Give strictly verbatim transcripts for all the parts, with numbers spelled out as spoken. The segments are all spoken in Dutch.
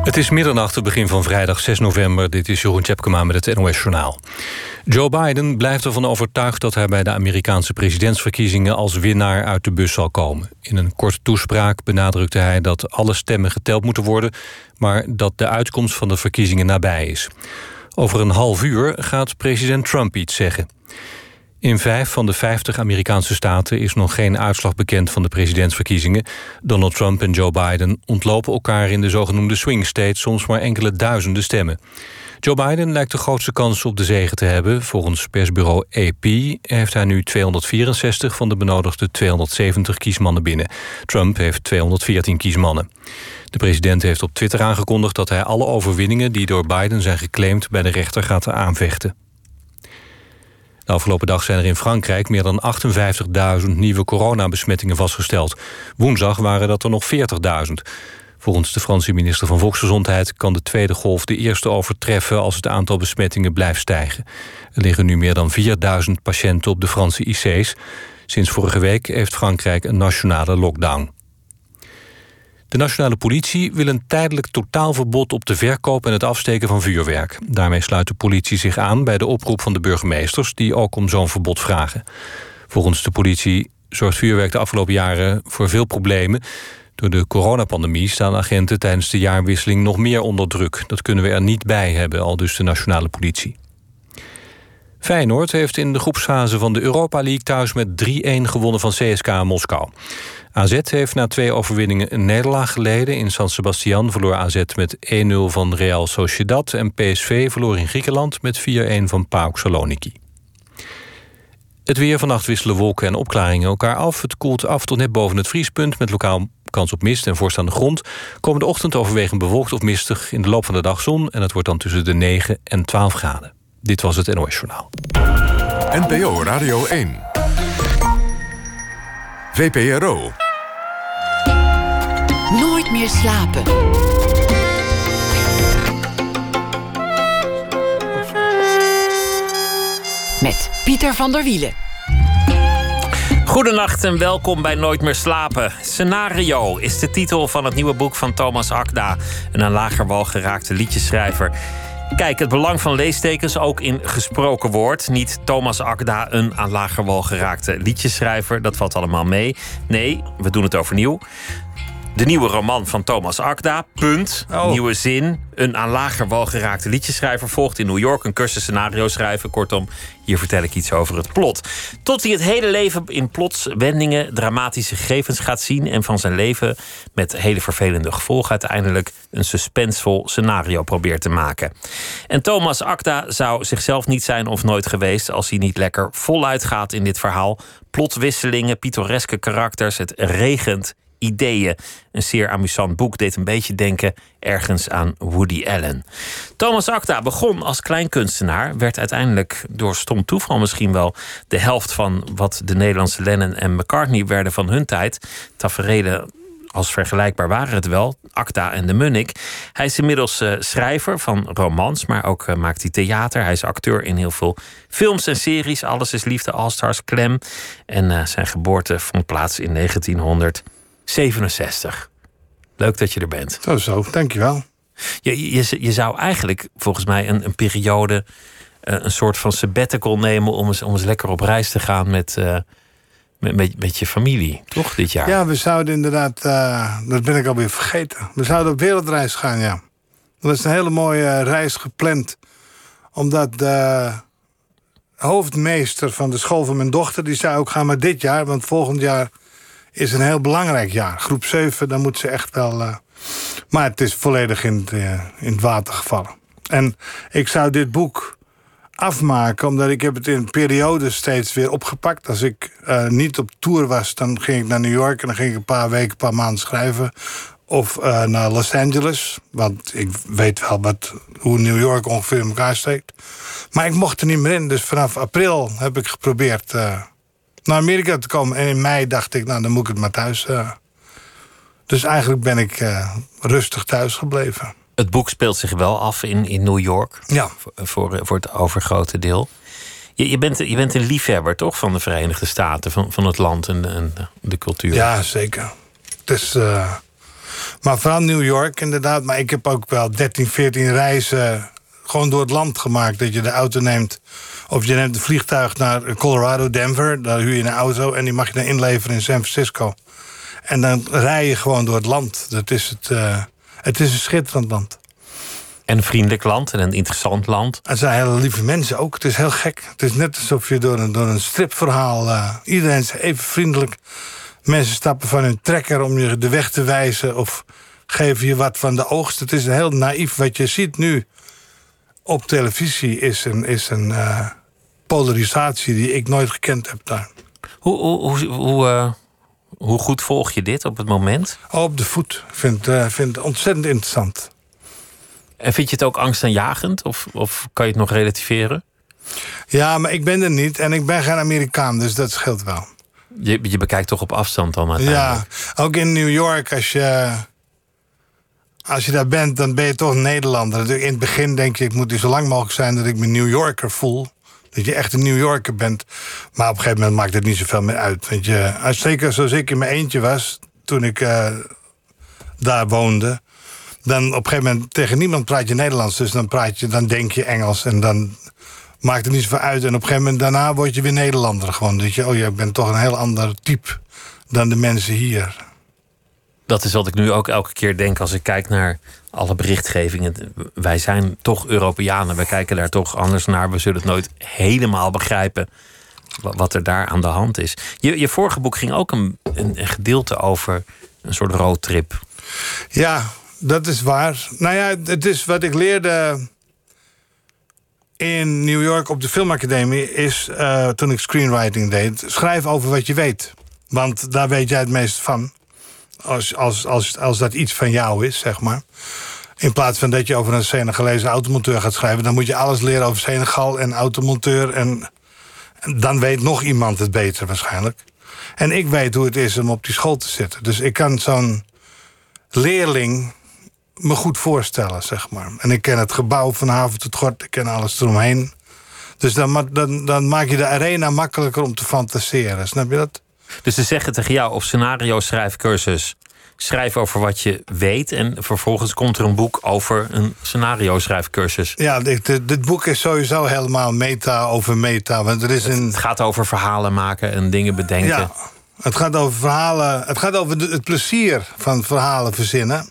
Het is middernacht, het begin van vrijdag zes november. Dit is Jeroen Tjepkema met het N O S-journaal. Joe Biden blijft ervan overtuigd dat hij bij de Amerikaanse presidentsverkiezingen als winnaar uit de bus zal komen. In een korte toespraak benadrukte hij dat alle stemmen geteld moeten worden, maar dat de uitkomst van de verkiezingen nabij is. Over een half uur gaat president Trump iets zeggen. In vijf van de vijftig Amerikaanse staten is nog geen uitslag bekend van de presidentsverkiezingen. Donald Trump en Joe Biden ontlopen elkaar in de zogenoemde swing states soms maar enkele duizenden stemmen. Joe Biden lijkt de grootste kans op de zege te hebben. Volgens persbureau A P heeft hij nu tweehonderdvierenzestig van de benodigde tweehonderdzeventig kiesmannen binnen. Trump heeft tweehonderdveertien kiesmannen. De president heeft op Twitter aangekondigd dat hij alle overwinningen die door Biden zijn geclaimd bij de rechter gaat aanvechten. De afgelopen dag zijn er in Frankrijk meer dan achtenvijftigduizend nieuwe coronabesmettingen vastgesteld. Woensdag waren dat er nog veertigduizend. Volgens de Franse minister van Volksgezondheid kan de tweede golf de eerste overtreffen als het aantal besmettingen blijft stijgen. Er liggen nu meer dan vierduizend patiënten op de Franse I C's. Sinds vorige week heeft Frankrijk een nationale lockdown. De nationale politie wil een tijdelijk totaalverbod op de verkoop en het afsteken van vuurwerk. Daarmee sluit de politie zich aan bij de oproep van de burgemeesters die ook om zo'n verbod vragen. Volgens de politie zorgt vuurwerk de afgelopen jaren voor veel problemen. Door de coronapandemie staan agenten tijdens de jaarwisseling nog meer onder druk. Dat kunnen we er niet bij hebben, aldus de nationale politie. Feyenoord heeft in de groepsfase van de Europa League thuis met drie-een gewonnen van C S K A Moskou. A Z heeft na twee overwinningen een nederlaag geleden. In San Sebastian verloor A Z met één-nul van Real Sociedad en P S V verloor in Griekenland met vier-een van P A O K Saloniki. Het weer: vannacht wisselen wolken en opklaringen elkaar af. Het koelt af tot net boven het vriespunt met lokaal kans op mist en vorst aan de grond. Komende ochtend overwegend bewolkt of mistig, in de loop van de dag zon en het wordt dan tussen de negen en twaalf graden. Dit was het N O S-journaal. N P O Radio één. V P R O. Nooit meer slapen. Met Pieter van der Wielen. Goedenacht en welkom bij Nooit meer slapen. Scenario is de titel van het nieuwe boek van Thomas Akda, een aan lager wal geraakte liedjesschrijver. Kijk, het belang van leestekens ook in gesproken woord. Niet Thomas Akda, een aan lager wal geraakte liedjesschrijver. Dat valt allemaal mee. Nee, we doen het overnieuw. De nieuwe roman van Thomas Akda, punt. Oh. Nieuwe zin. Een aan lager wal geraakte liedjesschrijver volgt in New York een cursus scenario schrijven. Kortom, hier vertel ik iets over het plot. Tot hij het hele leven in plots, wendingen, dramatische gegevens gaat zien en van zijn leven met hele vervelende gevolgen uiteindelijk een suspensevol scenario probeert te maken. En Thomas Akda zou zichzelf niet zijn of nooit geweest als hij niet lekker voluit gaat in dit verhaal. Plotwisselingen, pittoreske karakters, het regent ideeën. Een zeer amusant boek, deed een beetje denken ergens aan Woody Allen. Thomas Akda begon als kleinkunstenaar, werd uiteindelijk door stom toeval misschien wel de helft van wat de Nederlandse Lennon en McCartney werden van hun tijd. Taferelen als vergelijkbaar waren het wel, Akda en de Munnik. Hij is inmiddels uh, schrijver van romans, maar ook uh, maakt hij theater. Hij is acteur in heel veel films en series. Alles is liefde, Allstars, Klem. En uh, zijn geboorte vond plaats in negentienhonderdzevenenzestig. Leuk dat je er bent. Zo, zo, dankjewel. Je, je, je zou eigenlijk volgens mij een, een periode, uh, een soort van sabbatical nemen om eens, om eens lekker op reis te gaan met, uh, met, met, met je familie, toch, dit jaar? Ja, we zouden inderdaad, uh, dat ben ik alweer vergeten. We zouden op wereldreis gaan, ja. Dat is een hele mooie reis gepland. Omdat de hoofdmeester van de school van mijn dochter, die zei ook, ga maar dit jaar, want volgend jaar is een heel belangrijk jaar. Groep zeven, dan moet ze echt wel. Uh... Maar het is volledig in het, uh, in het water gevallen. En ik zou dit boek afmaken, omdat ik heb het in periodes steeds weer opgepakt. Als ik uh, niet op tour was, dan ging ik naar New York en dan ging ik een paar weken, een paar maanden schrijven. Of uh, naar Los Angeles, want ik weet wel wat, hoe New York ongeveer in elkaar steekt. Maar ik mocht er niet meer in, dus vanaf april heb ik geprobeerd Uh, naar Amerika te komen. En in mei dacht ik, nou, dan moet ik het maar thuis. Uh. Dus eigenlijk ben ik uh, rustig thuis gebleven. Het boek speelt zich wel af in, in New York. Ja. Voor, voor, voor het overgrote deel. Je, je, bent, je bent een liefhebber, toch? Van de Verenigde Staten, van, van het land en de, en de cultuur. Ja, zeker. Het is, uh, Maar vooral New York inderdaad. Maar ik heb ook wel dertien, veertien reizen gewoon door het land gemaakt. Dat je de auto neemt. Of je neemt een vliegtuig naar Colorado, Denver. Daar huur je een auto en die mag je dan inleveren in San Francisco. En dan rij je gewoon door het land. Dat is het, uh, het is een schitterend land. En een vriendelijk land en een interessant land. Het zijn hele lieve mensen ook. Het is heel gek. Het is net alsof je door een, door een stripverhaal... Uh, iedereen is even vriendelijk. Mensen stappen van hun trekker om je de weg te wijzen... of geven je wat van de oogst. Het is heel naïef. Wat je ziet nu op televisie is een, is een uh, polarisatie... die ik nooit gekend heb daar. Hoe, hoe, hoe, hoe, uh, hoe goed volg je dit op het moment? Oh, op de voet. Ik vind, uh, vind het ontzettend interessant. En vind je het ook angstaanjagend? Of, of kan je het nog relativeren? Ja, maar ik ben er niet. En ik ben geen Amerikaan, dus dat scheelt wel. Je, je bekijkt toch op afstand dan uiteindelijk? Ja, ook in New York. Als je, als je daar bent, dan ben je toch een Nederlander. In het begin denk je, ik moet hier zo lang mogelijk zijn... dat ik me New Yorker voel. Dat je echt een New Yorker bent. Maar op een gegeven moment maakt het niet zoveel meer uit. Want je, als, zeker zoals ik in mijn eentje was... toen ik uh, daar woonde... dan op een gegeven moment tegen niemand praat je Nederlands. Dus dan, praat je, dan denk je Engels en dan maakt het niet zoveel uit. En op een gegeven moment daarna word je weer Nederlander. Gewoon. Dat je, oh ja, ik ben toch een heel ander type dan de mensen hier. Dat is wat ik nu ook elke keer denk als ik kijk naar alle berichtgevingen. Wij zijn toch Europeanen. We kijken daar toch anders naar. We zullen het nooit helemaal begrijpen wat er daar aan de hand is. Je, je vorige boek ging ook een, een, een gedeelte over een soort roadtrip. Ja, dat is waar. Nou ja, het is wat ik leerde in New York op de filmacademie... is uh, toen ik screenwriting deed... schrijf over wat je weet. Want daar weet jij het meest van. Als, als, als, als dat iets van jou is, zeg maar. In plaats van dat je over een Senegalese automonteur gaat schrijven... dan moet je alles leren over Senegal en automonteur. En, en dan weet nog iemand het beter waarschijnlijk. En ik weet hoe het is om op die school te zitten. Dus ik kan zo'n leerling me goed voorstellen, zeg maar. En ik ken het gebouw van haven tot gort. Ik ken alles eromheen. Dus dan, dan, dan maak je de arena makkelijker om te fantaseren. Snap je dat? Dus ze zeggen tegen jou op scenario schrijfcursus... schrijf over wat je weet... en vervolgens komt er een boek over een scenario schrijfcursus. Ja, dit, dit boek is sowieso helemaal meta over meta. Want er is een... Het gaat over verhalen maken en dingen bedenken. Ja, het gaat over verhalen. Het gaat over het plezier van verhalen verzinnen.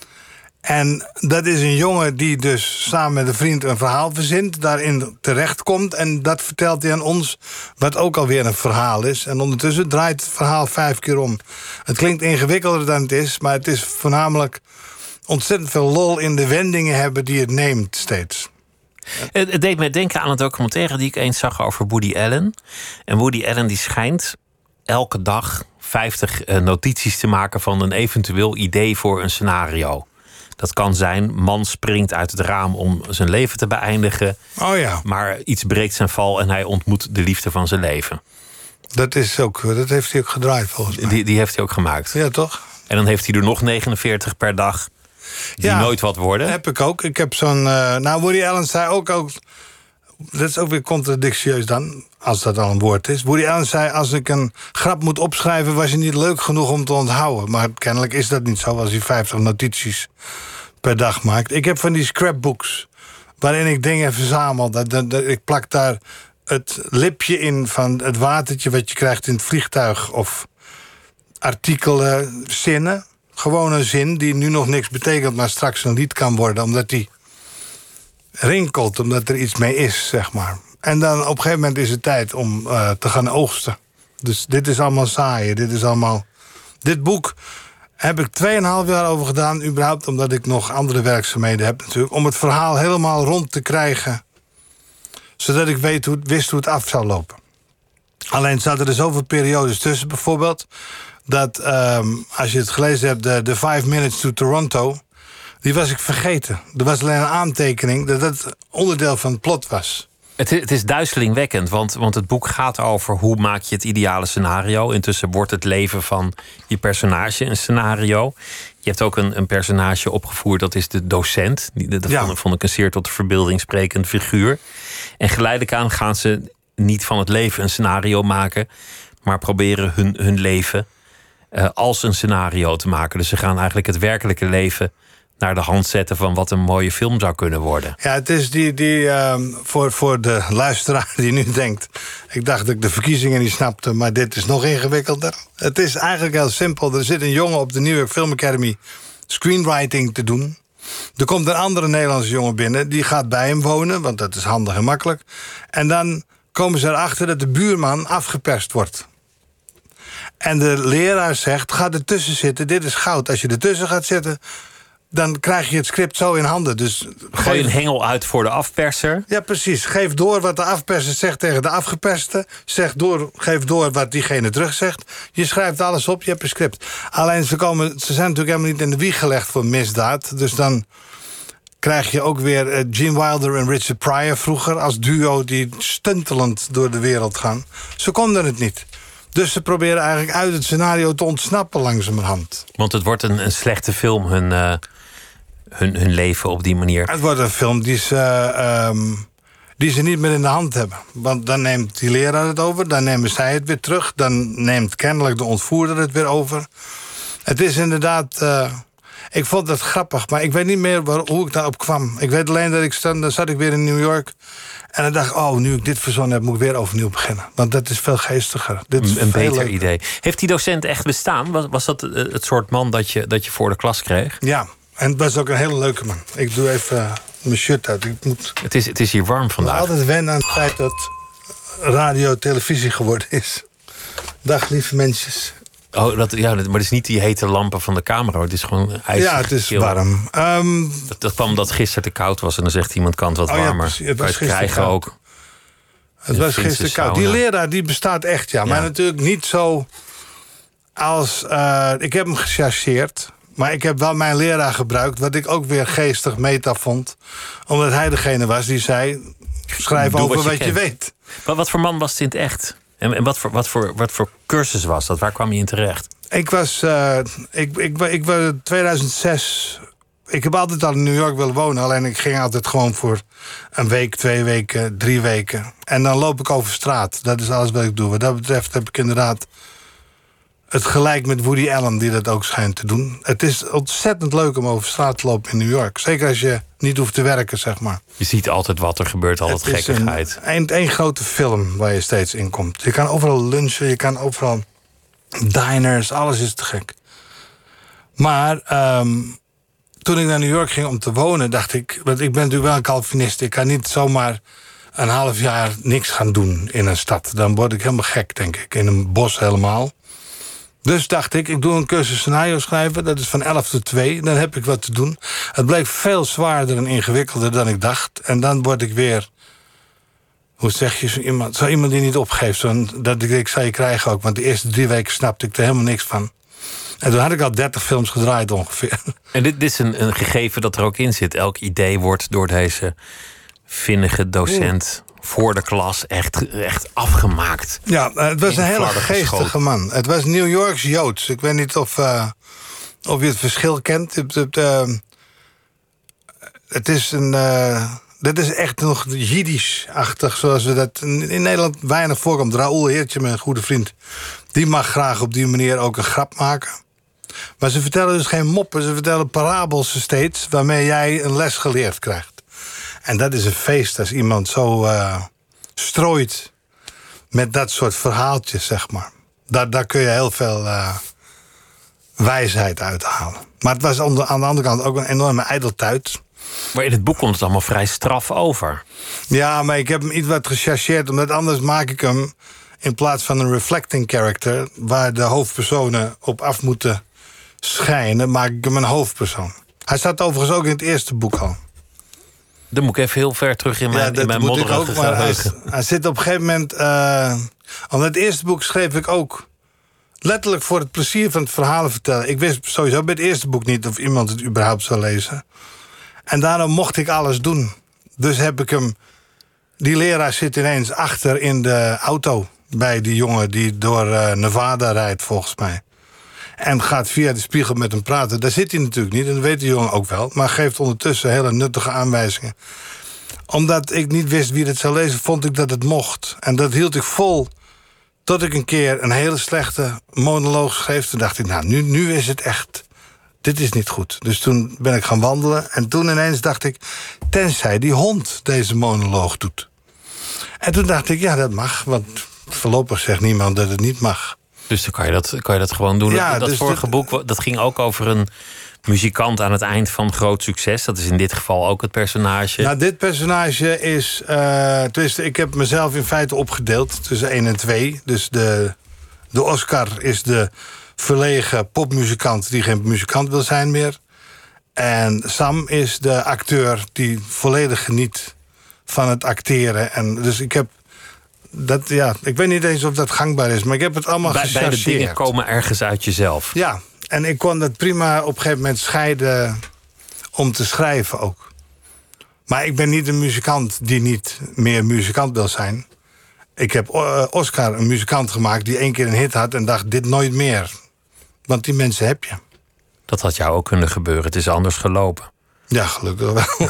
En dat is een jongen die dus samen met een vriend een verhaal verzint... daarin terechtkomt en dat vertelt hij aan ons... wat ook alweer een verhaal is. En ondertussen draait het verhaal vijf keer om. Het klinkt ingewikkelder dan het is... maar het is voornamelijk ontzettend veel lol in de wendingen hebben... die het neemt steeds. Het, het deed mij denken aan een documentaire die ik eens zag over Woody Allen. En Woody Allen die schijnt elke dag vijftig uh, notities te maken... van een eventueel idee voor een scenario. Dat kan zijn, man springt uit het raam om zijn leven te beëindigen. Oh ja. Maar iets breekt zijn val en hij ontmoet de liefde van zijn leven. Dat, is ook, dat heeft hij ook gedraaid volgens mij. Die, die heeft hij ook gemaakt. Ja, toch? En dan heeft hij er nog negenenveertig per dag die ja, nooit wat worden. Dat heb ik ook. Ik heb zo'n... Uh, nou, Woody Allen zei ook... ook dat is ook weer contradictieus dan, als dat al een woord is. Woody Allen zei, als ik een grap moet opschrijven... was hij niet leuk genoeg om te onthouden. Maar kennelijk is dat niet zo, als hij vijftig notities per dag maakt. Ik heb van die scrapbooks, waarin ik dingen verzamel. Dat, dat, dat, ik plak daar het lipje in van het watertje... wat je krijgt in het vliegtuig, of artikelen, zinnen. Gewoon een zin die nu nog niks betekent... maar straks een lied kan worden, omdat die rinkelt, omdat er iets mee is, zeg maar. En dan op een gegeven moment is het tijd om uh, te gaan oogsten. Dus dit is allemaal saaien, dit is allemaal... Dit boek heb ik tweeënhalf jaar over gedaan, überhaupt... omdat ik nog andere werkzaamheden heb natuurlijk... om het verhaal helemaal rond te krijgen... zodat ik weet hoe, wist hoe het af zou lopen. Alleen zaten er zoveel periodes tussen, bijvoorbeeld... dat, um, als je het gelezen hebt, de, de Five Minutes to Toronto... die was ik vergeten. Er was alleen een aantekening dat dat onderdeel van het plot was. Het, het is duizelingwekkend, want, want het boek gaat over... hoe maak je het ideale scenario. Intussen wordt het leven van je personage een scenario. Je hebt ook een, een personage opgevoerd, dat is de docent. Die, dat ja. vond, vond ik een zeer tot de verbeelding sprekend figuur. En geleidelijk aan gaan ze niet van het leven een scenario maken... maar proberen hun, hun leven uh, als een scenario te maken. Dus ze gaan eigenlijk het werkelijke leven naar de hand zetten van wat een mooie film zou kunnen worden. Ja, het is die, die uh, voor, voor de luisteraar die nu denkt, ik dacht dat ik de verkiezingen niet snapte, maar dit is nog ingewikkelder. Het is eigenlijk heel simpel. Er zit een jongen op de New York Film Academy screenwriting te doen. Er komt een andere Nederlandse jongen binnen, die gaat bij hem wonen, want dat is handig en makkelijk. En dan komen ze erachter dat de buurman afgeperst wordt. En de leraar zegt, ga ertussen zitten, dit is goud. Als je ertussen gaat zitten, dan krijg je het script zo in handen. Dus gooi geef... een hengel uit voor de afperser. Ja, precies. Geef door wat de afperser zegt tegen de afgeperste. Zeg door, geef door wat diegene terugzegt. Je schrijft alles op, je hebt een script. Alleen ze, komen, ze zijn natuurlijk helemaal niet in de wieg gelegd voor misdaad. Dus dan krijg je ook weer uh, Gene Wilder en Richard Pryor vroeger als duo die stuntelend door de wereld gaan. Ze konden het niet. Dus ze proberen eigenlijk uit het scenario te ontsnappen langzamerhand. Want het wordt een, een slechte film, hun, uh, hun, hun leven op die manier. Het wordt een film die ze, uh, um, die ze niet meer in de hand hebben. Want dan neemt die leraar het over, dan nemen zij het weer terug. Dan neemt kennelijk de ontvoerder het weer over. Het is inderdaad... Uh, ik vond het grappig, maar ik weet niet meer waar, hoe ik daarop kwam. Ik weet alleen dat ik stond, dan zat ik weer in New York. En dan dacht ik, oh, nu ik dit verzonnen heb, moet ik weer overnieuw beginnen. Want dat is veel geestiger. Dit is een een beter leuker. idee. Heeft die docent echt bestaan? Was, was dat het soort man dat je, dat je voor de klas kreeg? Ja, en het was ook een hele leuke man. Ik doe even uh, mijn shirt uit. Ik moet het, is, het is hier warm vandaag. altijd wennen aan het feit dat radio televisie geworden is. Dag, lieve mensjes. Oh, dat, ja, maar het is niet die hete lampen van de camera. Het is gewoon ijzig. Ja, het is kil. warm. Um, dat, dat kwam omdat het gisteren te koud was. En dan zegt iemand, kan het wat oh ja, warmer. precies. Het was Kan je het gisteren krijgen koud. ook. Het was gisteren koud. Die leraar die bestaat echt, ja. Ja. Maar natuurlijk niet zo als... Uh, ik heb hem gechargeerd. Maar ik heb wel mijn leraar gebruikt. Wat ik ook weer geestig meta vond. Omdat hij degene was die zei... schrijf Doe over wat je wat je, kent. weet. Wat, wat voor man was het in het echt? En, en wat, voor, wat, voor, wat voor cursus was dat? Waar kwam je in terecht? Ik was... Uh, ik, ik, ik, ik was tweeduizend zes... Ik heb altijd al in New York willen wonen. Alleen ik ging altijd gewoon voor een week, twee weken, drie weken. En dan loop ik over straat. Dat is alles wat ik doe. Wat dat betreft heb ik inderdaad het gelijk met Woody Allen, die dat ook schijnt te doen. Het is ontzettend leuk om over straat te lopen in New York. Zeker als je niet hoeft te werken, zeg maar. Je ziet altijd wat er gebeurt, altijd Het is gekkigheid. een, een, een grote film waar je steeds in komt. Je kan overal lunchen, je kan overal diners, alles is te gek. Maar... Um, toen ik naar New York ging om te wonen, dacht ik... want ik ben natuurlijk wel een Calvinist. Ik kan niet zomaar een half jaar niks gaan doen in een stad. Dan word ik helemaal gek, denk ik. In een bos helemaal. Dus dacht ik, ik doe een cursus scenario schrijven. Dat is van elf tot twee. Dan heb ik wat te doen. Het bleek veel zwaarder en ingewikkelder dan ik dacht. En dan word ik weer... Hoe zeg je zo iemand? Zo iemand die niet opgeeft. Zo, dat ik, ik zou je krijgen ook. Want de eerste drie weken snapte ik er helemaal niks van. En toen had ik al dertig films gedraaid ongeveer. En dit, dit is een, een gegeven dat er ook in zit. Elk idee wordt door deze vinnige docent voor de klas echt, echt afgemaakt. Ja, het was In een hele flarden geestige geschoten. man. Het was New Yorks Joods. Ik weet niet of, uh, of je het verschil kent. Het, het, uh, het is een... Uh, dit is echt nog Jiddisch-achtig, zoals we dat in Nederland weinig voorkomt. Raoul Heertje, mijn goede vriend, die mag graag op die manier ook een grap maken. Maar ze vertellen dus geen moppen, ze vertellen parabels steeds... waarmee jij een les geleerd krijgt. En dat is een feest als iemand zo uh, strooit met dat soort verhaaltjes, zeg maar. Daar, daar kun je heel veel uh, wijsheid uithalen. Maar het was aan de, aan de andere kant ook een enorme ijdeltuit. Maar in het boek komt het allemaal vrij straf over. Ja, maar ik heb hem iets wat gechargeerd, omdat anders maak ik hem... in plaats van een reflecting character... waar de hoofdpersonen op af moeten schijnen... maak ik hem een hoofdpersoon. Hij staat overigens ook in het eerste boek al. Dan moet ik even heel ver terug in mijn, ja, dat in mijn moet ik modderige ook, maar hij, geheugen. hij zit op een gegeven moment... Uh, omdat het eerste boek schreef ik ook... letterlijk voor het plezier van het verhalen vertellen. Ik wist sowieso bij het eerste boek niet... of iemand het überhaupt zou lezen. En daarom mocht ik alles doen. Dus heb ik hem... Die leraar zit ineens achter in de auto... bij die jongen die door uh, Nevada rijdt, volgens mij. En gaat via de spiegel met hem praten. Daar zit hij natuurlijk niet, en dat weet die jongen ook wel. Maar geeft ondertussen hele nuttige aanwijzingen. Omdat ik niet wist wie het zou lezen, vond ik dat het mocht. En dat hield ik vol Tot ik een keer een hele slechte monoloog schreef. Toen dacht ik, nou, nu, nu is het echt... Dit is niet goed. Dus toen ben ik gaan wandelen. En toen ineens dacht ik, tenzij die hond deze monoloog doet. En toen dacht ik, ja, dat mag. Want voorlopig zegt niemand dat het niet mag. Dus dan kan je dat, kan je dat gewoon doen. Ja, dat dus vorige dit, boek dat ging ook over een muzikant aan het eind van groot succes. Dat is in dit geval ook het personage. Nou, dit personage is... Uh, tenminste, ik heb mezelf in feite opgedeeld tussen één en twee. Dus de, de Oscar is de verlegen popmuzikant die geen muzikant wil zijn meer. En Sam is de acteur die volledig geniet van het acteren. En dus ik heb... Dat, ja, ik weet niet eens of dat gangbaar is, maar ik heb het allemaal Bij, gechargeerd. Beide dingen komen ergens uit jezelf. Ja, en ik kon dat prima op een gegeven moment scheiden om te schrijven ook. Maar ik ben niet een muzikant die niet meer muzikant wil zijn. Ik heb Oscar een muzikant gemaakt die één keer een hit had en dacht, dit nooit meer. Want die mensen heb je. Dat had jou ook kunnen gebeuren. Het is anders gelopen. Ja, gelukkig wel.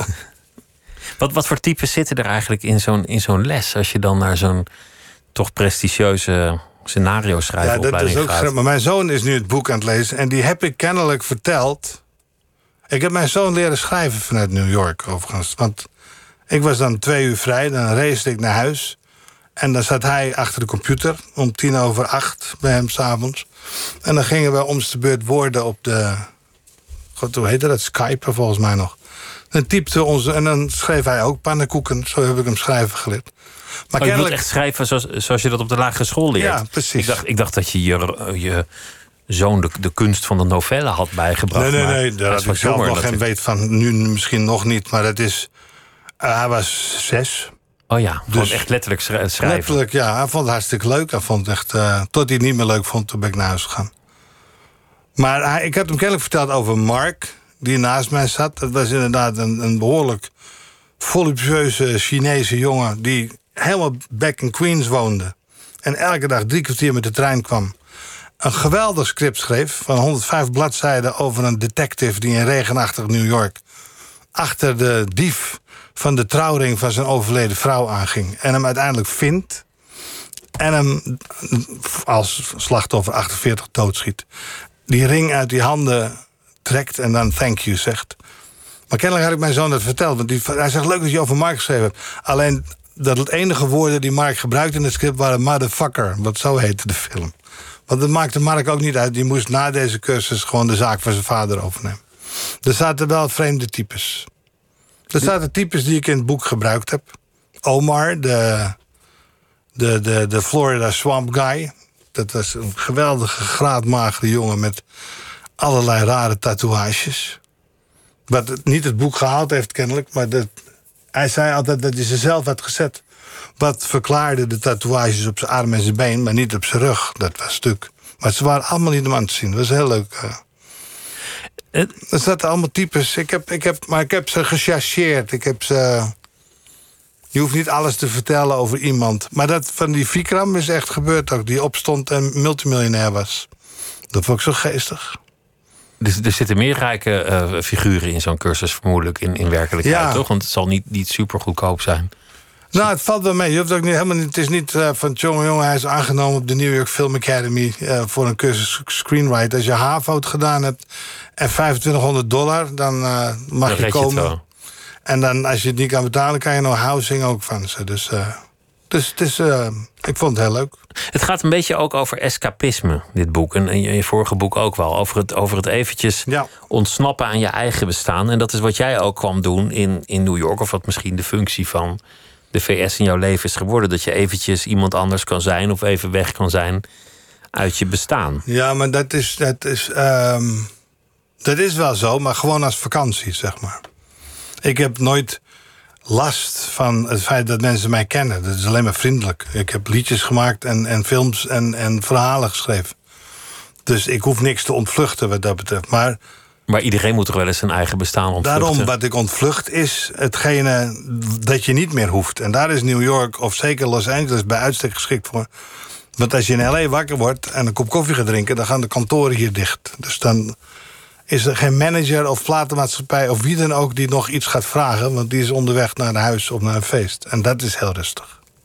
Wat, wat voor types zitten er eigenlijk in zo'n, in zo'n les... als je dan naar zo'n toch prestigieuze scenario schrijven ja, dat is ook gaat? Maar mijn zoon is nu het boek aan het lezen... en die heb ik kennelijk verteld... Ik heb mijn zoon leren schrijven vanuit New York, overigens. Want ik was dan twee uur vrij, dan race ik naar huis... en dan zat hij achter de computer om tien over acht bij hem 's avonds. En dan gingen we om de beurt woorden op de... God, hoe heette dat? Skype volgens mij nog. Dan typte onze, en dan schreef hij ook pannenkoeken. Zo heb ik hem schrijven geleerd. Maar oh, je kennelijk... wilt echt schrijven zoals, zoals je dat op de lagere school leert? Ja, precies. Ik dacht, ik dacht dat je je, je zoon de, de kunst van de novelle had bijgebracht. Nee, nee, maar nee. Daar had ik zelf jonger, nog geen ik... weet van. Nu misschien nog niet, maar het is... Uh, hij was zes. Oh ja, gewoon Dus echt letterlijk schrijven. Letterlijk, ja. Hij vond het hartstikke leuk. Hij vond het echt... Uh, tot hij het niet meer leuk vond, toen ben ik naar huis gegaan. Maar hij, ik had hem kennelijk verteld over Mark... die naast mij zat. Dat was inderdaad een, een behoorlijk voluptueuze Chinese jongen... die helemaal back in Queens woonde. En elke dag drie kwartier met de trein kwam. Een geweldig script schreef van honderdvijf bladzijden... over een detective die in regenachtig New York... achter de dief van de trouwring van zijn overleden vrouw aanging. En hem uiteindelijk vindt... en hem als slachtoffer achtenveertig doodschiet. Die ring uit die handen... trekt en dan thank you zegt. Maar kennelijk had ik mijn zoon dat verteld. Want die, hij zegt, leuk dat je over Mark geschreven hebt. Alleen dat het enige woorden die Mark gebruikte in het script... waren motherfucker, wat zo heette de film. Want dat maakte Mark ook niet uit. Die moest na deze cursus gewoon de zaak van zijn vader overnemen. Er zaten wel vreemde types. Er zaten types die ik in het boek gebruikt heb. Omar, de, de, de, de Florida Swamp Guy. Dat was een geweldige graadmagere jongen met... allerlei rare tatoeages. Wat het, niet het boek gehaald heeft kennelijk... maar dat, hij zei altijd dat hij ze zelf had gezet. Wat verklaarde de tatoeages op zijn arm en zijn been... maar niet op zijn rug, dat was stuk. Maar ze waren allemaal niet om aan te zien. Dat was heel leuk. Uh. Er zaten allemaal types. Ik heb, ik heb, maar ik heb ze gechargeerd. Ik heb ze... Je hoeft niet alles te vertellen over iemand. Maar dat van die Vikram is echt gebeurd ook. Die opstond en multimiljonair was. Dat vond ik zo geestig. Dus er zitten meer rijke uh, figuren in zo'n cursus vermoedelijk in, in werkelijkheid, ja. toch? Want het zal niet, niet super goedkoop zijn. Nou, het valt wel mee. Je hoeft ook niet, helemaal niet, het is niet uh, van jongen, jongen, hij is aangenomen op de New York Film Academy uh, voor een cursus screenwriter. Als je HAVO gedaan hebt en vijfentwintighonderd dollar, dan uh, mag dan je komen. En dan, als je het niet kan betalen, kan je nog housing ook van ze. Dus, uh, dus het is, uh, ik vond het heel leuk. Het gaat een beetje ook over escapisme, dit boek. En in je vorige boek ook wel. Over het, over het eventjes ja. ontsnappen aan je eigen bestaan. En dat is wat jij ook kwam doen in, in New York. Of wat misschien de functie van de V S in jouw leven is geworden. Dat je eventjes iemand anders kan zijn. Of even weg kan zijn uit je bestaan. Ja, maar dat is, dat is, um, dat is wel zo. Maar gewoon als vakantie, zeg maar. Ik heb nooit last van het feit dat mensen mij kennen. Dat is alleen maar vriendelijk. Ik heb liedjes gemaakt en, en films en, en verhalen geschreven. Dus ik hoef niks te ontvluchten wat dat betreft. Maar, maar iedereen moet toch wel eens zijn eigen bestaan ontvluchten? Daarom, wat ik ontvlucht is hetgene dat je niet meer hoeft. En daar is New York of zeker Los Angeles bij uitstek geschikt voor. Want als je in L A wakker wordt en een kop koffie gaat drinken, dan gaan de kantoren hier dicht. Dus dan is er geen manager of platenmaatschappij of wie dan ook die nog iets gaat vragen, want die is onderweg naar een huis of naar een feest. En dat is heel rustig.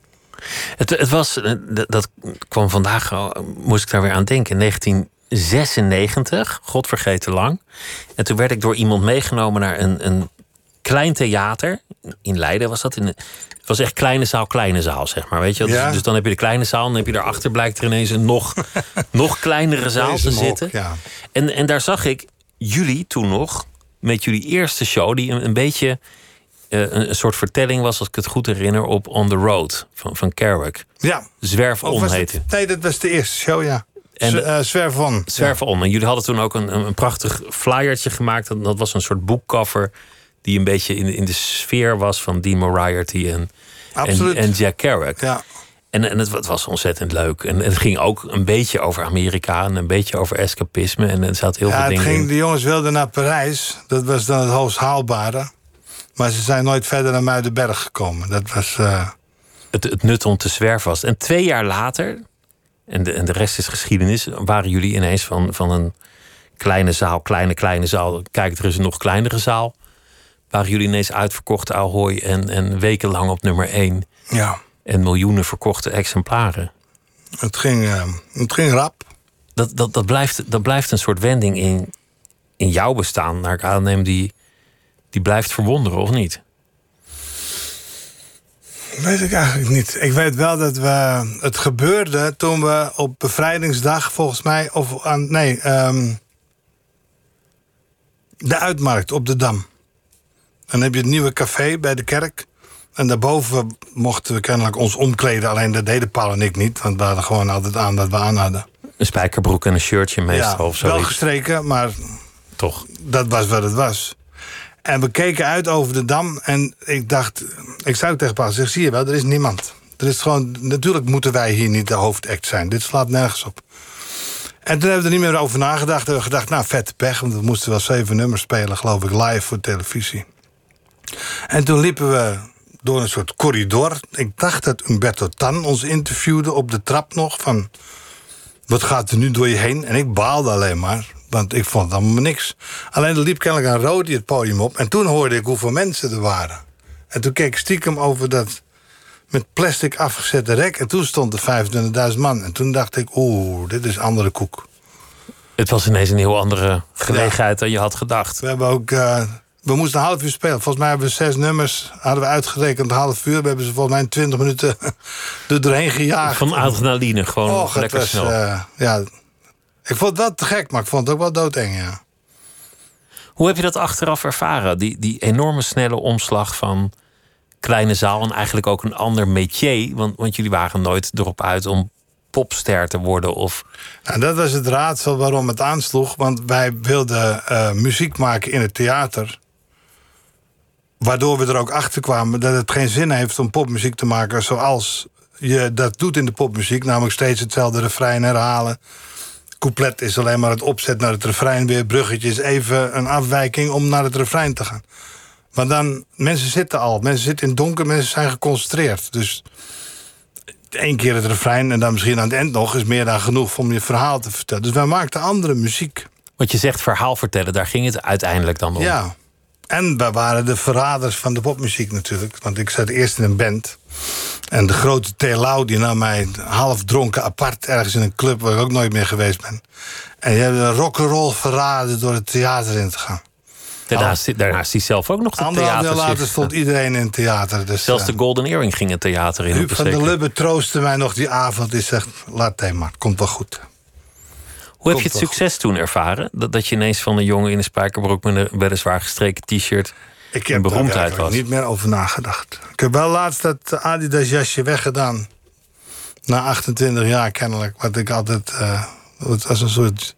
Het, het was, dat, dat kwam vandaag, moest ik daar weer aan denken, in negentien zesennegentig, God vergeten lang. En toen werd ik door iemand meegenomen naar een, een klein theater. In Leiden was dat. In een, het was echt kleine zaal, kleine zaal, zeg maar. Weet je? Ja. Dus, dus dan heb je de kleine zaal, dan heb je daarachter blijkt er ineens een nog, nog kleinere zaal Deze te mok, zitten. ja. En, en daar zag ik jullie toen nog, met jullie eerste show, die een, een beetje uh, een, een soort vertelling was, als ik het goed herinner, op On the Road van, van Kerouac. Ja. Zwerf Of On was heette. het? Nee, dat was de eerste show, ja. En Z- de- uh, Zwerf On. Zwerf On. En jullie hadden toen ook een, een prachtig flyertje gemaakt. Dat, dat was een soort boekcover die een beetje in, in de sfeer was van Dean Moriarty en, en, Absoluut. en Jack Kerouac. Ja. En, en het, het was ontzettend leuk. En het ging ook een beetje over Amerika en een beetje over escapisme. En er zat heel Ja, veel het dingen ging, in. de jongens wilden naar Parijs. Dat was dan het hoogst haalbare. Maar ze zijn nooit verder naar Muidenberg gekomen. Dat was... Uh... Het, het nut om te zwerven was. En twee jaar later, en de, en de rest is geschiedenis, waren jullie ineens van, van een kleine zaal, kleine, kleine zaal. Kijk, er is een nog kleinere zaal. Waren jullie ineens uitverkocht Ahoy en, en wekenlang op nummer één. Ja, En miljoenen verkochte exemplaren. het ging, uh, het ging rap. Dat, dat, dat, blijft, dat blijft een soort wending in, in jouw bestaan, naar ik aanneem, die, die blijft verwonderen, of niet? Weet ik eigenlijk niet. Ik weet wel dat we... Het gebeurde toen we op bevrijdingsdag, volgens mij... Of aan, nee, um, de Uitmarkt op de Dam. Dan heb je het nieuwe café bij de kerk. En daarboven mochten we kennelijk ons omkleden. Alleen dat deden Paul en ik niet. Want we hadden gewoon altijd aan dat we aan hadden. Een spijkerbroek en een shirtje meestal, Ja, of zo. wel gestreken, maar Toch? dat was wat het was. En we keken uit over de Dam. En ik dacht... Ik zei ook tegen Paul, zeg, zie je wel, er is niemand. Er is gewoon... Natuurlijk moeten wij hier niet de hoofdact zijn. Dit slaat nergens op. En toen hebben we er niet meer over nagedacht. We hebben gedacht, nou, vette pech. Want we moesten wel zeven nummers spelen, geloof ik, live voor televisie. En toen liepen we door een soort corridor. Ik dacht dat Umberto Tan ons interviewde op de trap nog. Van, wat gaat er nu door je heen? En ik baalde alleen maar. Want ik vond het allemaal niks. Alleen er liep kennelijk een Rodi het podium op. En toen hoorde ik hoeveel mensen er waren. En toen keek ik stiekem over dat met plastic afgezette rek. En toen stond er vijfentwintigduizend man. En toen dacht ik, oeh, dit is andere koek. Het was ineens een heel andere gelegenheid dan je had gedacht. We hebben ook... Uh, we moesten een half uur spelen. Volgens mij hebben we zes nummers. Hadden we uitgerekend een half uur. We hebben ze volgens mij in twintig minuten er doorheen gejaagd. Van adrenaline, gewoon Och, het lekker was, snel. uh, ja, ik vond het wel te gek, maar ik vond het ook wel doodeng, ja. Hoe heb je dat achteraf ervaren? Die, die enorme snelle omslag van kleine zaal en eigenlijk ook een ander métier. Want, want jullie waren nooit erop uit om popster te worden. Of... Nou, dat was het raadsel waarom het aansloeg. Want wij wilden uh, muziek maken in het theater. Waardoor we er ook achter kwamen dat het geen zin heeft om popmuziek te maken zoals je dat doet in de popmuziek. Namelijk steeds hetzelfde refrein herhalen. Couplet is alleen maar het opzet naar het refrein weer. Bruggetje is even een afwijking om naar het refrein te gaan. Maar dan, mensen zitten al. Mensen zitten in het donker, mensen zijn geconcentreerd. Dus één keer het refrein en dan misschien aan het eind nog is meer dan genoeg om je verhaal te vertellen. Dus wij maakten andere muziek. Want je zegt verhaal vertellen, daar ging het uiteindelijk dan om. Ja. En we waren de verraders van de popmuziek natuurlijk. Want ik zat eerst in een band. En de grote T. Lau die nam mij half dronken apart ergens in een club waar ik ook nooit meer geweest ben. En die hebben een rock'n'roll verraden door het theater in te gaan. Daarnaast, daarnaast hij zelf ook nog de Anderhalf jaar theater. later stond iedereen in het theater. Dus, Zelfs de uh, Golden Earring ging het theater in. Huub van der zeker. Lubbe troostte mij nog die avond. Die zegt, laat het maar, komt wel goed. Hoe heb je Komt het succes toen ervaren? Dat, dat je ineens van een jongen in een spijkerbroek met een weliswaar gestreken t-shirt Ik een heb beroemdheid daar eigenlijk was. niet meer over nagedacht. Ik heb wel laatst dat Adidas jasje weggedaan. Na achtentwintig jaar kennelijk. Wat ik altijd... Uh, het was een soort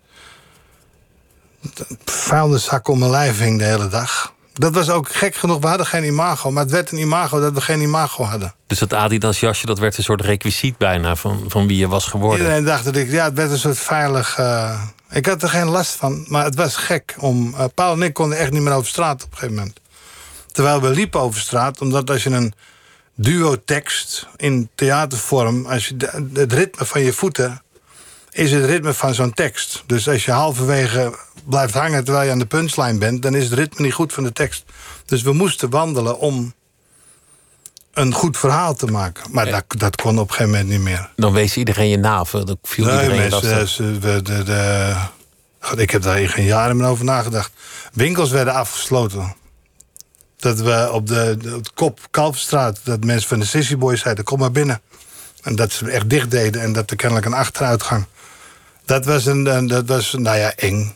vuilniszak om mijn lijf hing de hele dag. Dat was ook gek genoeg. We hadden geen imago. Maar het werd een imago dat we geen imago hadden. Dus dat Adidas jasje, dat werd een soort requisiet bijna van, van wie je was geworden. Iedereen dacht dat ik... Ja, het werd een soort veilig... Uh, ik had er geen last van. Maar het was gek. Om, uh, Paul en ik konden echt niet meer over straat op een gegeven moment. Terwijl we liepen over straat. Omdat als je een duo-tekst in theatervorm... Als je de, het ritme van je voeten... is het ritme van zo'n tekst. Dus als je halverwege blijft hangen terwijl je aan de punchline bent... dan is het ritme niet goed van de tekst. Dus we moesten wandelen om een goed verhaal te maken. Maar dat, dat kon op een gegeven moment niet meer. Dan wees iedereen je na. Dat viel nee, iedereen mensen, ze, de, de, de, God, ik heb daar geen jaren meer over nagedacht. Winkels werden afgesloten. Dat we op de, de, op de kop Kalverstraat, dat mensen van de Sissy Boys zeiden, kom maar binnen. En dat ze echt dicht deden en dat er kennelijk een achteruitgang. Dat was, een, dat was nou ja, eng.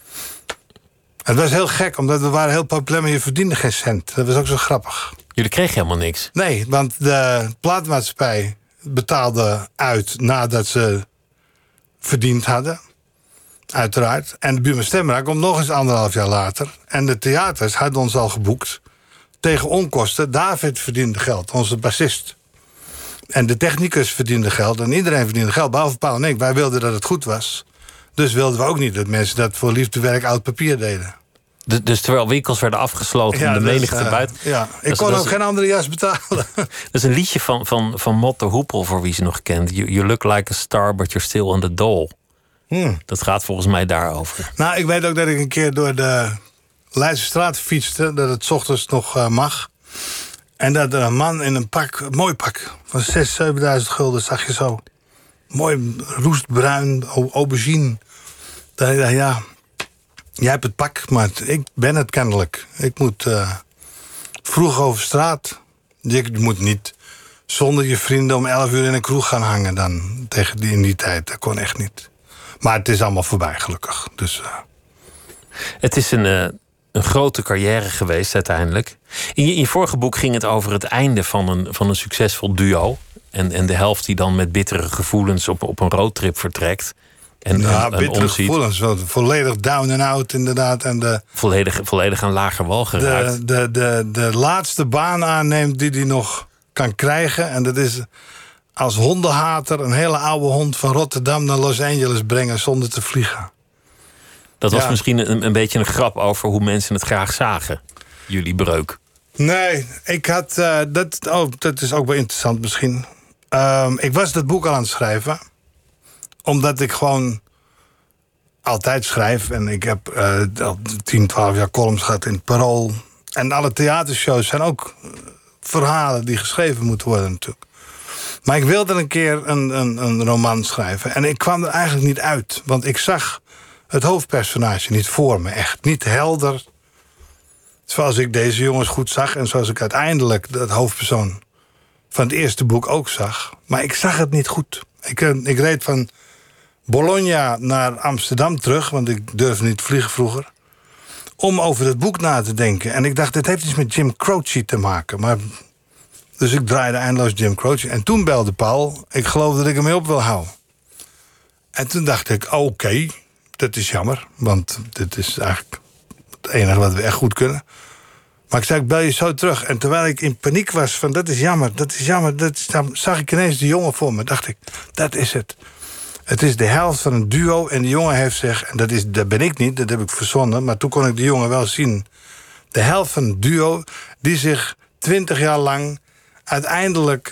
Het was heel gek, omdat we waren heel populair, maar je verdiende geen cent. Dat was ook zo grappig. Jullie kregen helemaal niks? Nee, want de platenmaatschappij betaalde uit nadat ze verdiend hadden. Uiteraard. En de Buma Stemra komt nog eens anderhalf jaar later. En de theaters hadden ons al geboekt tegen onkosten. David verdiende geld, onze bassist. En de technicus verdiende geld en iedereen verdiende geld, behalve Paul en ik. Wij wilden dat het goed was. Dus wilden we ook niet dat mensen dat voor liefdewerk oud papier deden. Dus, dus terwijl winkels werden afgesloten ja, en de dus, menigte uh, buiten... Ja, ik kon ook geen andere jas betalen. Dat is een liedje van, van, van Mot de Hoepel, voor wie ze nog kent. You, you look like a star, but you're still on the dole. Hmm. Dat gaat volgens mij daarover. Nou, ik weet ook dat ik een keer door de Leidsestraat fietste, dat het 's ochtends nog uh, mag. En dat er een man in een pak, een mooi pak, van zesduizend, zevenduizend gulden, zag je zo. Mooi roestbruin, aubergine. Dat ik dacht, ja, jij hebt het pak, maar ik ben het kennelijk. Ik moet uh, vroeg over straat. Je moet niet zonder je vrienden om elf uur in een kroeg gaan hangen dan. Tegen die, in die tijd, dat kon echt niet. Maar het is allemaal voorbij, gelukkig. Dus, uh... Het is een, uh, een grote carrière geweest uiteindelijk. In je, in je vorige boek ging het over het einde van een, van een succesvol duo. En, en de helft die dan met bittere gevoelens op, op een roadtrip vertrekt. En, ja, en, en bittere omziet. gevoelens. Volledig down and out, inderdaad. En de, volledig, volledig aan lager wal geraakt. De, de, de, de laatste baan aanneemt die hij nog kan krijgen. En dat is als hondenhater een hele oude hond van Rotterdam naar Los Angeles brengen zonder te vliegen. Dat was ja. misschien een, een beetje een grap over hoe mensen het graag zagen. Jullie breuk. Nee, ik had... Uh, dat, oh, dat is ook wel interessant misschien. Um, ik was dat boek al aan het schrijven. Omdat ik gewoon altijd schrijf. En ik heb uh, al tien, twaalf jaar columns gehad in het Parool. En alle theatershows zijn ook verhalen die geschreven moeten worden natuurlijk. Maar ik wilde een keer een, een, een roman schrijven. En ik kwam er eigenlijk niet uit. Want ik zag het hoofdpersonage niet voor me. Echt niet helder. Zoals ik deze jongens goed zag. En zoals ik uiteindelijk het hoofdpersoon van het eerste boek ook zag. Maar ik zag het niet goed. Ik, ik reed van Bologna naar Amsterdam terug. Want ik durfde niet vliegen vroeger. Om over het boek na te denken. En ik dacht, dit heeft iets met Jim Croce te maken. Maar... Dus ik draaide eindeloos Jim Croce. En toen belde Paul. Ik geloof dat ik hem mee op wil houden. En toen dacht ik, oké, okay, dat is jammer. Want dit is eigenlijk het enige wat we echt goed kunnen. Maar ik zei, ik bel je zo terug. En terwijl ik in paniek was van, dat is jammer, dat is jammer. Dat is, dan zag ik ineens die jongen voor me. Dacht ik, dat is het. Het is de helft van een duo. En die jongen heeft zich, en dat, is, dat ben ik niet, dat heb ik verzonnen. Maar toen kon ik die jongen wel zien. De helft van een duo die zich twintig jaar lang uiteindelijk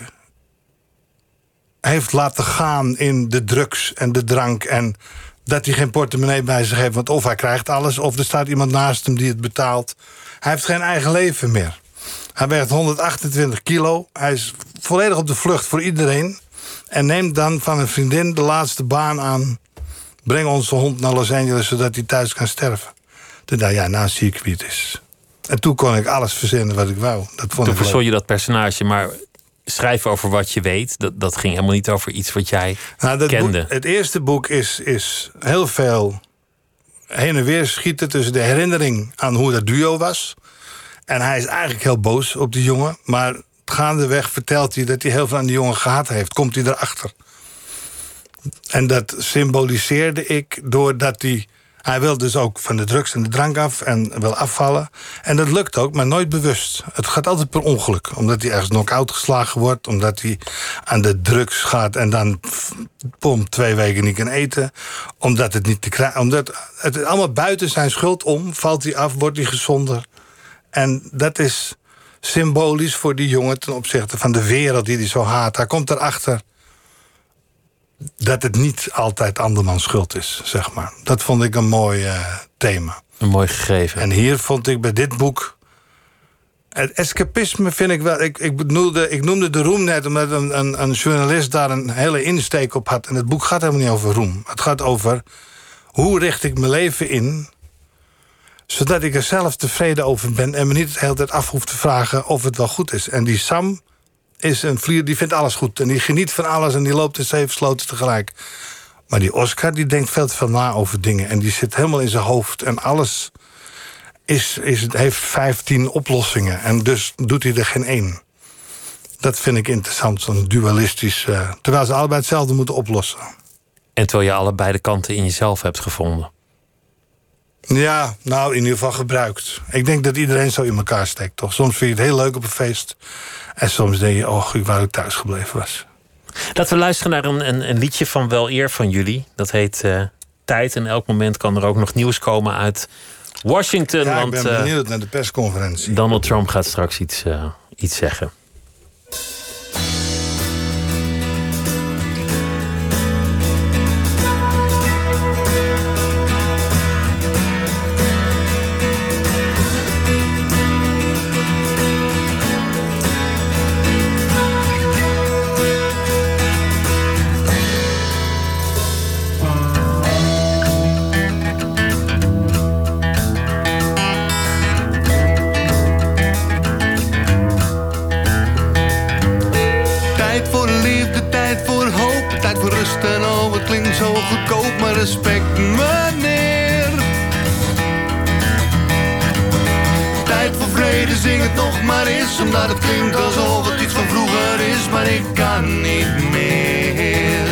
heeft laten gaan in de drugs en de drank. En dat hij geen portemonnee bij zich heeft. Want of hij krijgt alles, of er staat iemand naast hem die het betaalt. Hij heeft geen eigen leven meer. Hij weegt honderdachtentwintig kilo. Hij is volledig op de vlucht voor iedereen. En neemt dan van een vriendin de laatste baan aan. Breng onze hond naar Los Angeles, zodat hij thuis kan sterven. Toen dacht ik, ja, nou zie ik wie het is. En toen kon ik alles verzinnen wat ik wou. Dat vond toen verzon je dat personage, maar schrijven over wat je weet, dat, dat ging helemaal niet over iets wat jij nou, dat kende. Boek, het eerste boek is, is heel veel heen en weer schieten tussen de herinnering aan hoe dat duo was. En hij is eigenlijk heel boos op die jongen. Maar gaandeweg vertelt hij dat hij heel veel aan die jongen gehad heeft. Komt hij erachter. En dat symboliseerde ik doordat hij... Hij wil dus ook van de drugs en de drank af en wil afvallen. En dat lukt ook, maar nooit bewust. Het gaat altijd per ongeluk. Omdat hij ergens knock-out geslagen wordt. Omdat hij aan de drugs gaat en dan pom, twee weken niet kan eten. Omdat het niet te krijgen... Omdat het allemaal buiten zijn schuld om. Valt hij af, wordt hij gezonder. En dat is symbolisch voor die jongen ten opzichte van de wereld die hij zo haat. Hij komt erachter dat het niet altijd andermans schuld is, zeg maar. Dat vond ik een mooi uh, thema. Een mooi gegeven. En hier vond ik bij dit boek Het escapisme vind ik wel... Ik, ik, bedoelde, ik noemde de roem net omdat een, een, een journalist daar een hele insteek op had. En het boek gaat helemaal niet over roem. Het gaat over hoe richt ik mijn leven in... zodat ik er zelf tevreden over ben... en me niet de hele tijd af hoef te vragen of het wel goed is. En die Sam is een vlier, die vindt alles goed. En die geniet van alles en die loopt in zeven sloten tegelijk. Maar die Oscar, die denkt veel te veel na over dingen. En die zit helemaal in zijn hoofd. En alles is, is, heeft vijftien oplossingen. En dus doet hij er geen één. Dat vind ik interessant, zo'n dualistisch... Uh, terwijl ze allebei hetzelfde moeten oplossen. En terwijl je allebei de kanten in jezelf hebt gevonden. Ja, nou, in ieder geval gebruikt. Ik denk dat iedereen zo in elkaar steekt, toch? Soms vind je het heel leuk op een feest. En soms denk je, oh, ik wou dat ik thuis gebleven was. Laten we luisteren naar een, een, een liedje van wel eer van jullie. Dat heet uh, Tijd. En elk moment kan er ook nog nieuws komen uit Washington. Ja, want, ik ben benieuwd uh, naar de persconferentie. Donald Trump gaat straks iets, uh, iets zeggen. Zo goedkoop, maar respect, meneer. Tijd voor vrede, zing het nog maar eens. Omdat het klinkt alsof het iets van vroeger is. Maar ik kan niet meer.